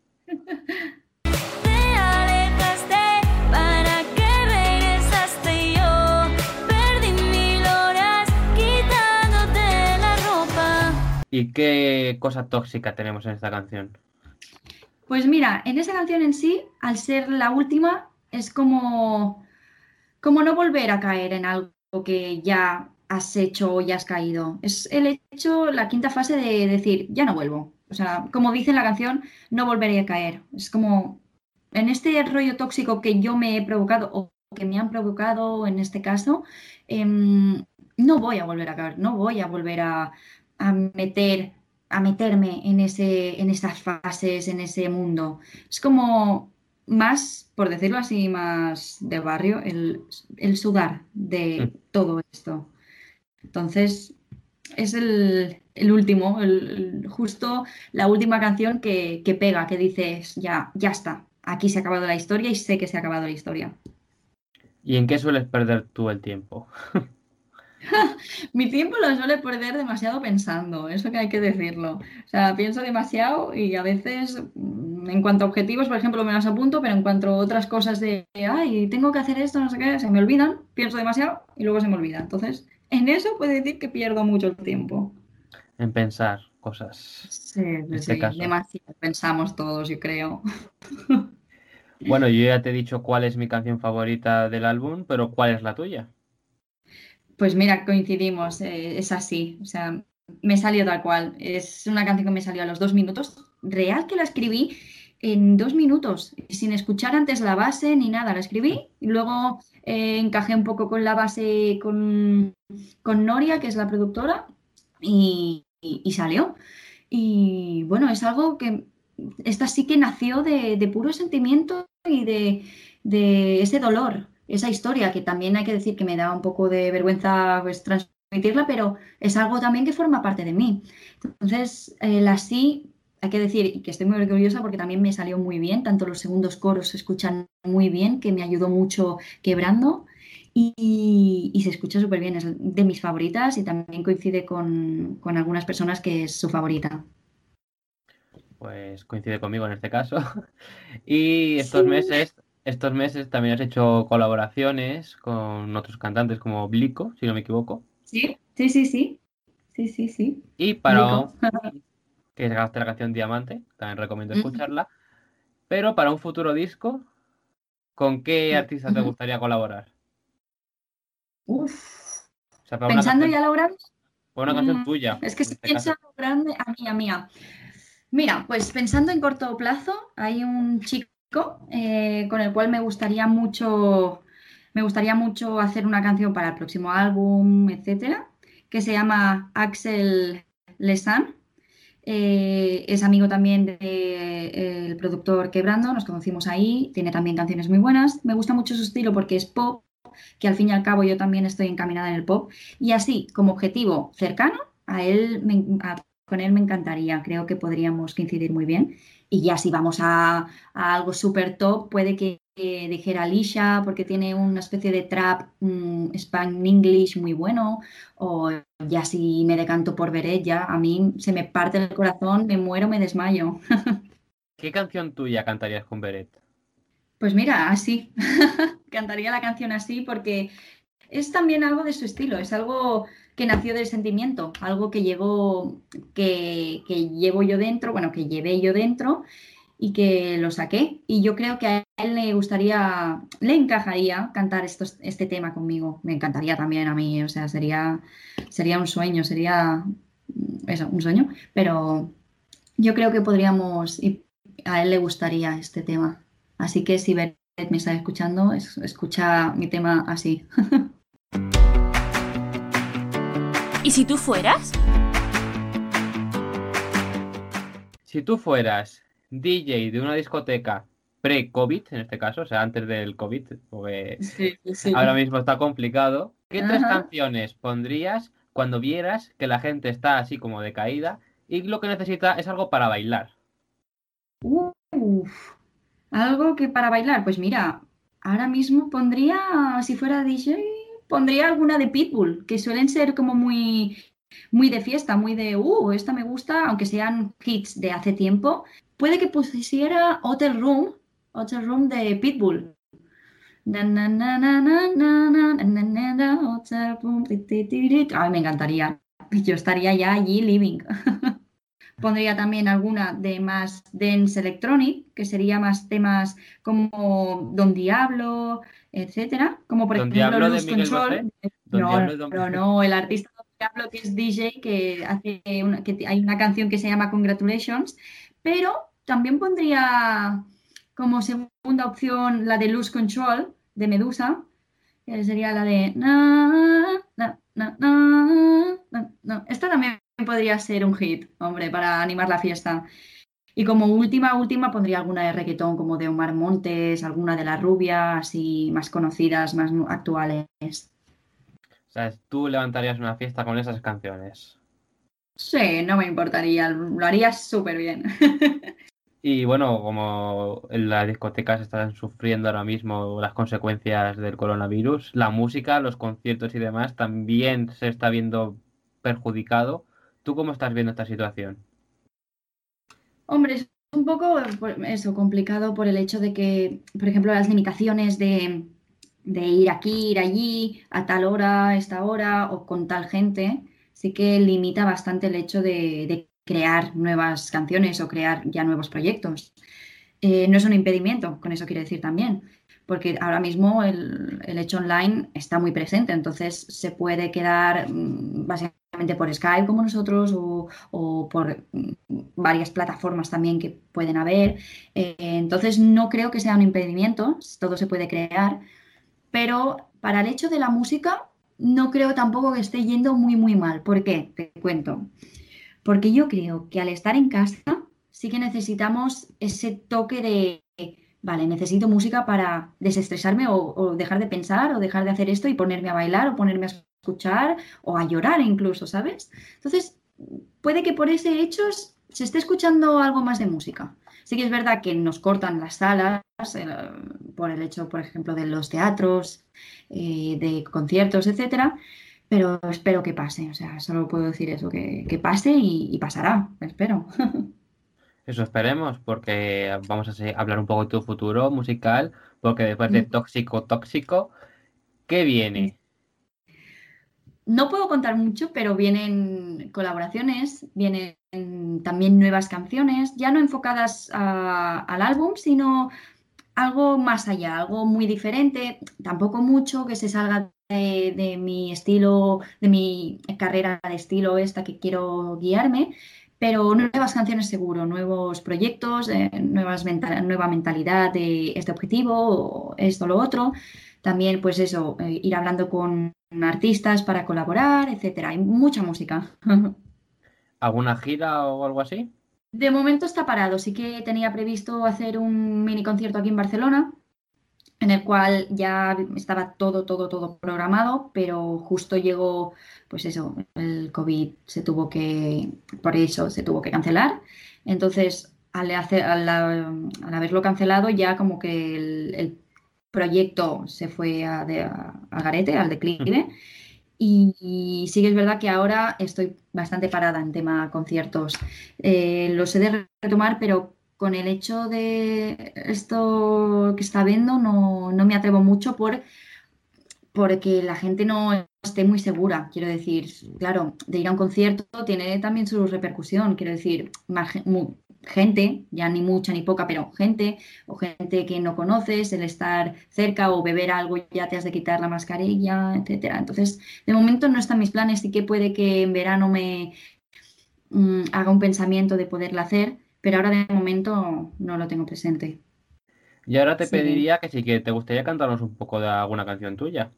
Te alejaste, ¿para qué regresaste? Yo perdí mil horas quitándote la ropa. ¿Y qué cosa tóxica tenemos en esta canción? Pues mira, en esa canción en sí, al ser la última, es como, como no volver a caer en algo que ya has hecho o ya has caído. Es el hecho, la quinta fase de decir, ya no vuelvo. O sea, como dice en la canción, no volveré a caer. Es como en este rollo tóxico que yo me he provocado o que me han provocado en este caso, em, no voy a volver a caer, no voy a volver a, a meter, a meterme en ese, en esas fases, en ese mundo. Es como más, por decirlo así, más de barrio, el, el sudar de todo esto. Entonces, es el, el último, el, el- justo la última canción que, que pega, que dices, ya, ya está, aquí se ha acabado la historia y sé que se ha acabado la historia. ¿Y en qué sueles perder tú el tiempo? Mi tiempo lo suele perder demasiado pensando, eso que hay que decirlo. O sea, pienso demasiado y a veces, mm, en cuanto a objetivos, por ejemplo, me las apunto, pero en cuanto a otras cosas de, ay, tengo que hacer esto, no sé qué, se me olvidan, pienso demasiado y luego se me olvida. Entonces, en eso puedo decir que pierdo mucho el tiempo. En pensar cosas. Sí, En sí, este sí, caso. demasiado pensamos todos, yo creo. Bueno, yo ya te he dicho cuál es mi canción favorita del álbum, pero ¿cuál es la tuya? Pues mira, coincidimos, eh, es así, o sea, me salió tal cual. Es una canción que me salió a los dos minutos. Real que la escribí en dos minutos, sin escuchar antes la base ni nada. La escribí y luego eh, encajé un poco con la base con, con Noria, que es la productora, y, y- y salió. Y bueno, es algo que esta sí que nació de, de puro sentimiento y de, de ese dolor esa historia, que también hay que decir que me da un poco de vergüenza pues, transmitirla, pero es algo también que forma parte de mí. Entonces, eh, la sí, hay que decir y que estoy muy orgullosa porque también me salió muy bien, tanto los segundos coros se escuchan muy bien, que me ayudó mucho quebrando. Y, y se escucha súper bien, es de mis favoritas y también coincide con, con algunas personas que es su favorita. Pues coincide conmigo en este caso. Y estos Sí. meses, estos meses también has hecho colaboraciones con otros cantantes como Blico, si no me equivoco. Sí, sí, sí, sí, sí, sí, sí. Y para un, Blico. que grabaste la canción Diamante, también recomiendo Ujú, escucharla. Pero para un futuro disco, ¿con qué artista te ujú. gustaría colaborar? Uf. O sea, para una Pensando canción, ya lo grande, para una canción mm, tuya, es que en si este pienso caso. a lo grande, a mí, a mía. Mira, pues pensando en corto plazo, hay un chico eh, con el cual me gustaría mucho, me gustaría mucho hacer una canción para el próximo álbum, etcétera, que se llama Axel Lesan. Eh, es amigo también del productor Quebrando, nos conocimos ahí, tiene también canciones muy buenas. Me gusta mucho su estilo porque es pop, que al fin y al cabo yo también estoy encaminada en el pop. Y así, como objetivo cercano, a él me- a- con él me encantaría, creo que podríamos coincidir muy bien. Y ya si vamos a, a algo súper top, puede que eh, dijera Alicia, porque tiene una especie de trap mm, Spanglish muy bueno, o ya si me decanto por Beret, ya a mí se me parte el corazón, me muero, me desmayo. ¿Qué canción tuya cantarías con Beret? Pues mira, así. Cantaría la canción así porque es también algo de su estilo, es algo que nació del sentimiento, algo que llegó, que, que llevo yo dentro, bueno, que llevé yo dentro y que lo saqué. Y yo creo que a él le gustaría, le encajaría cantar estos, este tema conmigo. Me encantaría también a mí, o sea, sería, sería un sueño, sería mm, eso, un sueño. Pero yo creo que podríamos, y a él le gustaría este tema. Así que si Beret me está escuchando, es- escucha mi tema así. ¿Y si tú fueras? Si tú fueras D J de una discoteca pre-COVID, en este caso, o sea, antes del COVID, porque Sí, sí. ahora mismo está complicado, ¿qué tres Ajá. canciones pondrías cuando vieras que la gente está así como decaída y lo que necesita es algo para bailar? Uf, algo que para bailar, pues mira, ahora mismo pondría, si fuera D J, pondría alguna de Pitbull, que suelen ser como muy, muy de fiesta, muy de, uh, esta me gusta, aunque sean hits de hace tiempo. Puede que pusiera Hotel Room, Hotel Room de Pitbull. Na, na, na, na, na, na, na, na, na, na, Hotel Room, ti, ti, ti, ti. Ay, me encantaría. Yo estaría ya allí living. Pondría también alguna de más dance electronic, que sería más temas como Don Diablo, etcétera. Como por Don ejemplo Diablo de Lose Miguel Bosé. Control. Don Diablo No, de Don... no, no, el artista Don Diablo que es D J, que hace una, que hay una canción que se llama Congratulations, pero también pondría como segunda opción la de Lose Control de Medusa, que sería la de na, na, na, na, na, na. Esta también podría ser un hit, hombre, para animar la fiesta. Y como última, última, pondría alguna de reggaetón, como de Omar Montes, alguna de La Rubia, así más conocidas, más nu- actuales. O sea, tú levantarías una fiesta con esas canciones. Sí, no me importaría, lo haría súper bien. Y bueno, como en las discotecas están sufriendo ahora mismo las consecuencias del coronavirus, la música, los conciertos y demás también se está viendo perjudicado. ¿Tú cómo estás viendo esta situación? Hombre, es un poco pues, eso, complicado por el hecho de que, por ejemplo, las limitaciones de, de ir aquí, ir allí, a tal hora, esta hora o con tal gente, sí que limita bastante el hecho de, de crear nuevas canciones o crear ya nuevos proyectos. Eh, no es un impedimento, con eso quiero decir también, porque ahora mismo el, el hecho online está muy presente, entonces se puede quedar mm, básicamente por Skype como nosotros o, o por mm, varias plataformas también que pueden haber. Eh, entonces no creo que sea un impedimento, todo se puede crear, pero para el hecho de la música no creo tampoco que esté yendo muy, muy mal. ¿Por qué? Te cuento. Porque yo creo que al estar en casa sí que necesitamos ese toque de, vale, necesito música para desestresarme o, o dejar de pensar o dejar de hacer esto y ponerme a bailar o ponerme a escuchar o a llorar incluso, ¿sabes? Entonces, puede que por ese hecho se esté escuchando algo más de música. Sí que es verdad que nos cortan las salas eh, por el hecho, por ejemplo, de los teatros, eh, de conciertos, etcétera, pero espero que pase. O sea, solo puedo decir eso, que, que pase y, y pasará, espero. Eso esperemos, porque vamos a se- hablar un poco de tu futuro musical, porque después de Tóxico Tóxico, ¿qué viene? No puedo contar mucho, pero vienen colaboraciones, vienen también nuevas canciones, ya no enfocadas a- al álbum, sino algo más allá, algo muy diferente, tampoco mucho que se salga de, de mi estilo, de mi carrera de estilo esta que quiero guiarme, pero nuevas canciones seguro, nuevos proyectos, eh, nuevas mental- nueva mentalidad de este objetivo, o esto, lo otro. También, pues eso, eh, ir hablando con artistas para colaborar, etcétera. Hay mucha música. ¿Alguna gira o algo así? De momento está parado, sí que tenía previsto hacer un mini concierto aquí en Barcelona en el cual ya estaba todo, todo, todo programado, pero justo llegó, pues eso, el COVID se tuvo que, por eso se tuvo que cancelar. Entonces, al, hacer- al, al haberlo cancelado, ya como que el, el proyecto se fue a, de- a- al garete, al declive. Y, y sí que es verdad que ahora estoy bastante parada en tema conciertos. Eh, los he de retomar, pero con el hecho de esto que está viendo no, no me atrevo mucho por, porque la gente no esté muy segura. Quiero decir, claro, de ir a un concierto tiene también su repercusión. Quiero decir, más ge- mu- gente, ya ni mucha ni poca, pero gente o gente que no conoces, el estar cerca o beber algo ya te has de quitar la mascarilla, etcétera. Entonces, de momento no están mis planes. Sí que puede que en verano me mm, haga un pensamiento de poderla hacer, pero ahora de momento no lo tengo presente. Y ahora te Sí, pediría que si que te gustaría cantarnos un poco de alguna canción tuya.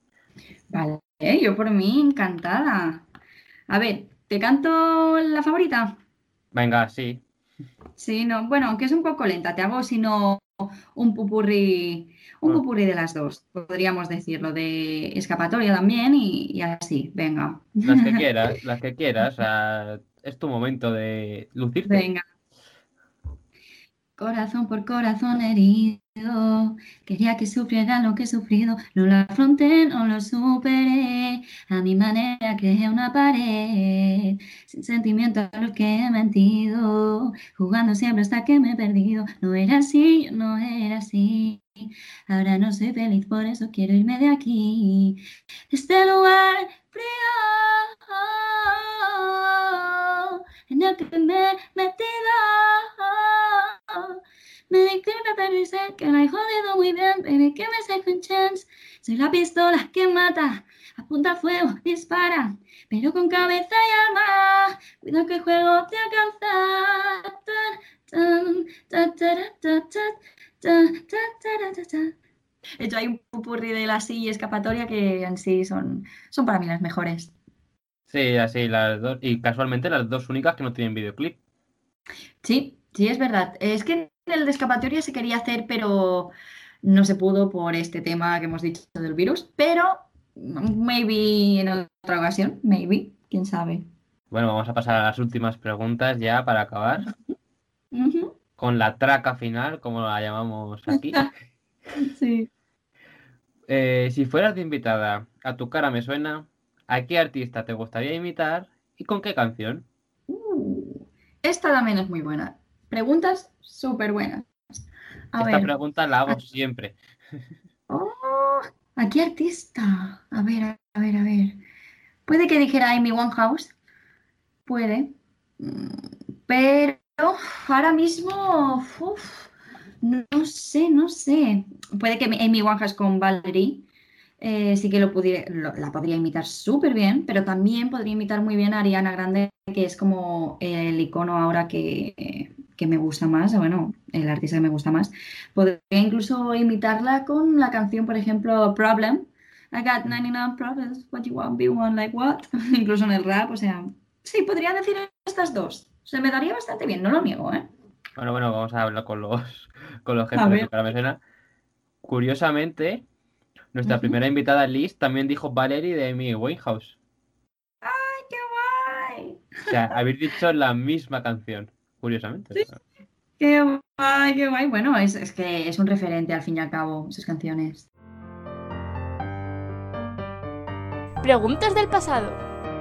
vale, yo por mí encantada. A ver, ¿te canto la favorita? Venga, sí. Sí, no, bueno, aunque es un poco lenta, te hago sino un pupurri, un Bueno, pupurri de las dos, podríamos decirlo, de escapatoria también y, y así, venga. las que quieras, las que quieras. O sea, es tu momento de lucirte. Venga. Corazón por corazón herido, quería que sufriera lo que he sufrido, no lo afronté, no lo superé, a mi manera creé una pared, sin sentimiento a los que he mentido, jugando siempre hasta que me he perdido, no era así, yo no era así, ahora no soy feliz, por eso quiero irme de aquí, de este lugar frío en el que me he metido. Me di cuenta de mi ser que la he jodido muy bien, baby, give me a second chance. Soy la pistola que mata, apunta a fuego, dispara, pero con cabeza y alma. Cuida que el juego te alcanza. Tan, tan, ta, ta, ta, ta, ta, ta, ta, ta, ta. De hecho, hay un pupurri de la sí y escapatoria que en sí son, son para mí las mejores. Sí, así las dos. Y casualmente las dos únicas que no tienen videoclip. Sí, sí, es verdad. Es que el de escapatoria se quería hacer, pero no se pudo por este tema que hemos dicho del virus. Pero maybe en otra ocasión, maybe, quién sabe. Bueno, vamos a pasar a las últimas preguntas ya para acabar. Ujú. Con la traca final, como la llamamos aquí. Sí. Eh, si fueras de invitada a Tu cara me suena, ¿a qué artista te gustaría imitar y con qué canción? Uh, esta también es muy buena. Preguntas súper buenas. A Esta ver. pregunta la ¿A, hago siempre. oh, ¿a qué artista? A ver, a ver, a ver. Puede que dijera Amy Winehouse. Puede. Mm, Pero ahora mismo, uf, no, no sé, no sé. Puede que Amy Winehouse con Valerie eh, sí que lo pudiera, lo- la podría imitar súper bien, pero también podría imitar muy bien a Ariana Grande, que es como el icono ahora que, que me gusta más, bueno, el artista que me gusta más. Podría incluso imitarla con la canción, por ejemplo, Problem. I got ninety nine problems, what you want, be one, like what? Incluso en el rap, o sea, sí, podría decir estas dos. Se me daría bastante bien, no lo niego, ¿eh? Bueno, bueno, vamos a hablar con los, con los A jefes de tu ver. cara me suena. Curiosamente, nuestra Ujú. primera invitada, Liz, también dijo Valerie de Amy Winehouse. ¡Ay, qué guay! O sea, habéis dicho la misma canción, curiosamente. Sí, qué guay, qué guay. Bueno, es, es que es un referente al fin y al cabo, sus canciones. Preguntas del pasado.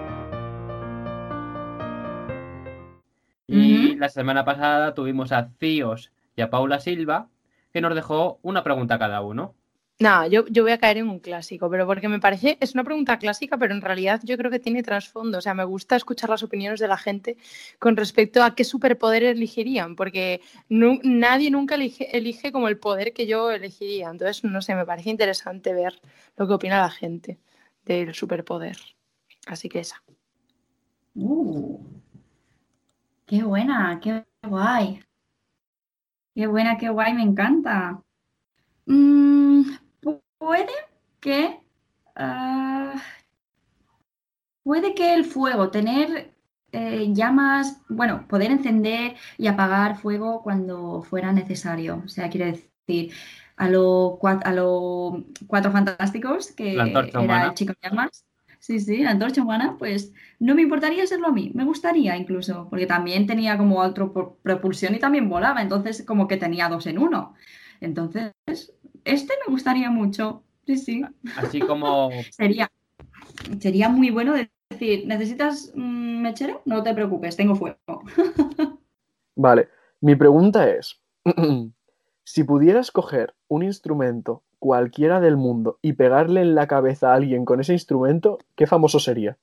Y Ujú. la semana pasada tuvimos a Cíos y a Paula Silva, que nos dejó una pregunta cada uno. Nada, yo, yo voy a caer en un clásico, pero porque me parece, es una pregunta clásica, pero en realidad yo creo que tiene trasfondo. O sea, me gusta escuchar las opiniones de la gente con respecto a qué superpoder elegirían, porque nu- nadie nunca elige, elige como el poder que yo elegiría. Entonces, no sé, me parece interesante ver lo que opina la gente del superpoder. Así que esa. Uh, qué buena, qué guay. Qué buena, qué guay, me encanta. Mm, pu- puede que, ah, puede que el fuego, tener eh, llamas, bueno, poder encender y apagar fuego cuando fuera necesario. O sea, quiere decir, a lo, cua- a lo Cuatro Fantásticos, La que antorcha era el humana. chico en llamas. Sí, sí, la antorcha humana, pues no me importaría serlo a mí, me gustaría incluso, porque también tenía como otro pro- propulsión y también volaba, entonces como que tenía dos en uno. Entonces, este me gustaría mucho, sí, sí. Así como, Sería, sería muy bueno de decir, ¿necesitas mm, mechero? No te preocupes, tengo fuego. Vale, mi pregunta es, si pudieras coger un instrumento cualquiera del mundo y pegarle en la cabeza a alguien con ese instrumento, ¿qué famoso sería?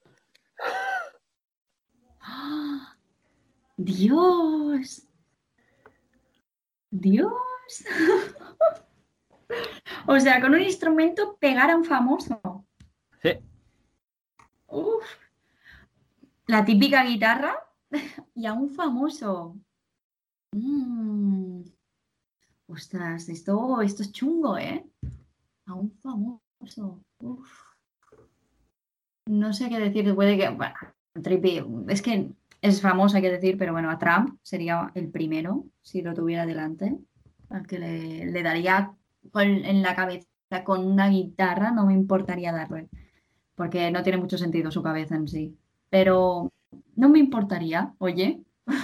¡Ah! Dios, Dios. O sea, con un instrumento pegar a un famoso. sí, Uf, la típica guitarra y a un famoso. Mm, ostras, esto, esto es chungo, ¿eh? A un famoso. Uf, no sé qué decir. Puede que. Bueno, Trippy, es que es famoso, hay que decir, pero bueno, a Trump sería el primero, si lo tuviera delante, al que le, le daría con- en la cabeza con una guitarra, no me importaría darle, porque no tiene mucho sentido su cabeza en sí. Pero no me importaría, oye.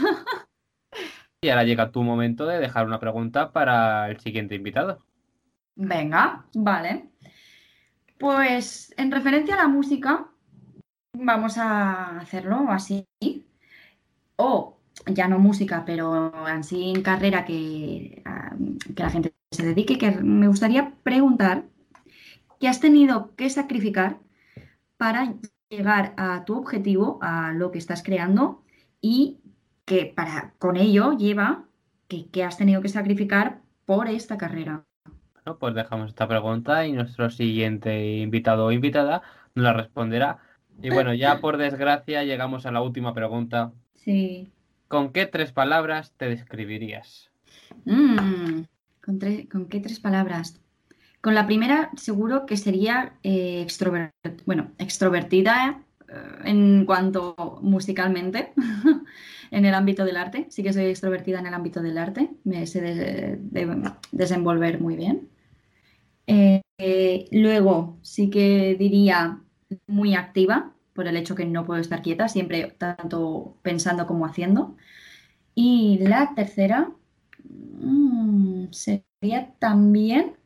y ahora llega tu momento de dejar una pregunta para el siguiente invitado. Venga, vale. Pues en referencia a la música, vamos a hacerlo así. O ya no música, pero así en carrera que, ah, que la gente se dedique, que me gustaría preguntar qué has tenido que sacrificar para llegar a tu objetivo, a lo que estás creando, y que para con ello lleva que, que has tenido que sacrificar por esta carrera. Bueno, pues dejamos esta pregunta y nuestro siguiente invitado o invitada nos la responderá. Y bueno, ya por desgracia llegamos a la última pregunta. Sí. ¿Con qué tres palabras te describirías? Mm, ¿con, tre- ¿con qué tres palabras? Con la primera, seguro que sería eh, extrover- bueno, extrovertida eh, en cuanto musicalmente, en el ámbito del arte. Sí que soy extrovertida en el ámbito del arte, me sé de- de- desenvolver muy bien. Eh, eh, luego, sí que diría muy activa, por el hecho que no puedo estar quieta, siempre tanto pensando como haciendo. Y la tercera, mm, sería también.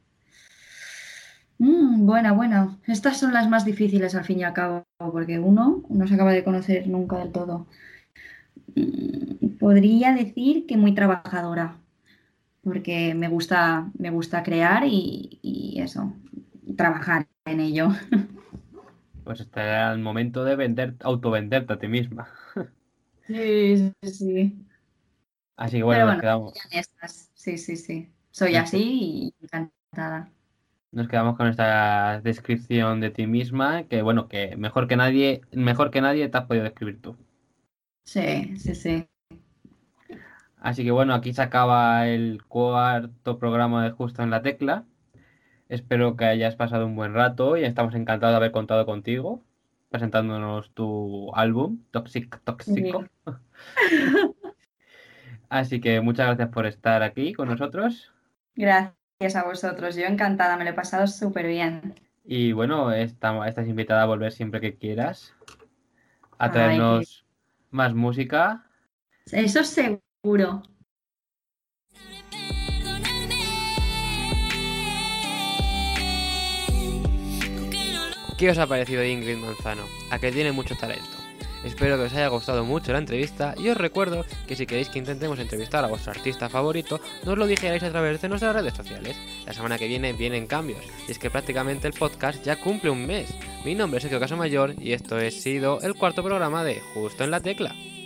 Mm, buena, buena. Estas son las más difíciles al fin y al cabo, porque uno no se acaba de conocer nunca del todo. Mm, podría decir que muy trabajadora, porque me gusta, me gusta crear y, y eso, trabajar en ello. Pues este era el momento de vender, autovenderte a ti misma. Sí, sí, sí. Así que bueno, Pero nos bueno, quedamos, ya estas. Sí, sí, sí. Soy nos, así y encantada. nos quedamos con esta descripción de ti misma, que bueno, que mejor que nadie, mejor que nadie te has podido describir tú. Sí, sí, sí. Así que bueno, aquí se acaba el cuarto programa de Justo en la Tecla. Espero que hayas pasado un buen rato y estamos encantados de haber contado contigo, presentándonos tu álbum, Toxic Sí. Tóxico. Así que muchas gracias por estar aquí con nosotros. Gracias a vosotros, yo encantada, me lo he pasado súper bien. Y bueno, esta- estás invitada a volver siempre que quieras, a Ay, traernos más música. Eso seguro. ¿Qué os ha parecido Ingrid Manzano? A que tiene mucho talento. Espero que os haya gustado mucho la entrevista y os recuerdo que si queréis que intentemos entrevistar a vuestro artista favorito, nos lo dijerais a través de nuestras redes sociales. La semana que viene vienen cambios, y es que prácticamente el podcast ya cumple un mes. Mi nombre es Sergio Casamayor y esto ha sido el cuarto programa de Justo en la Tecla.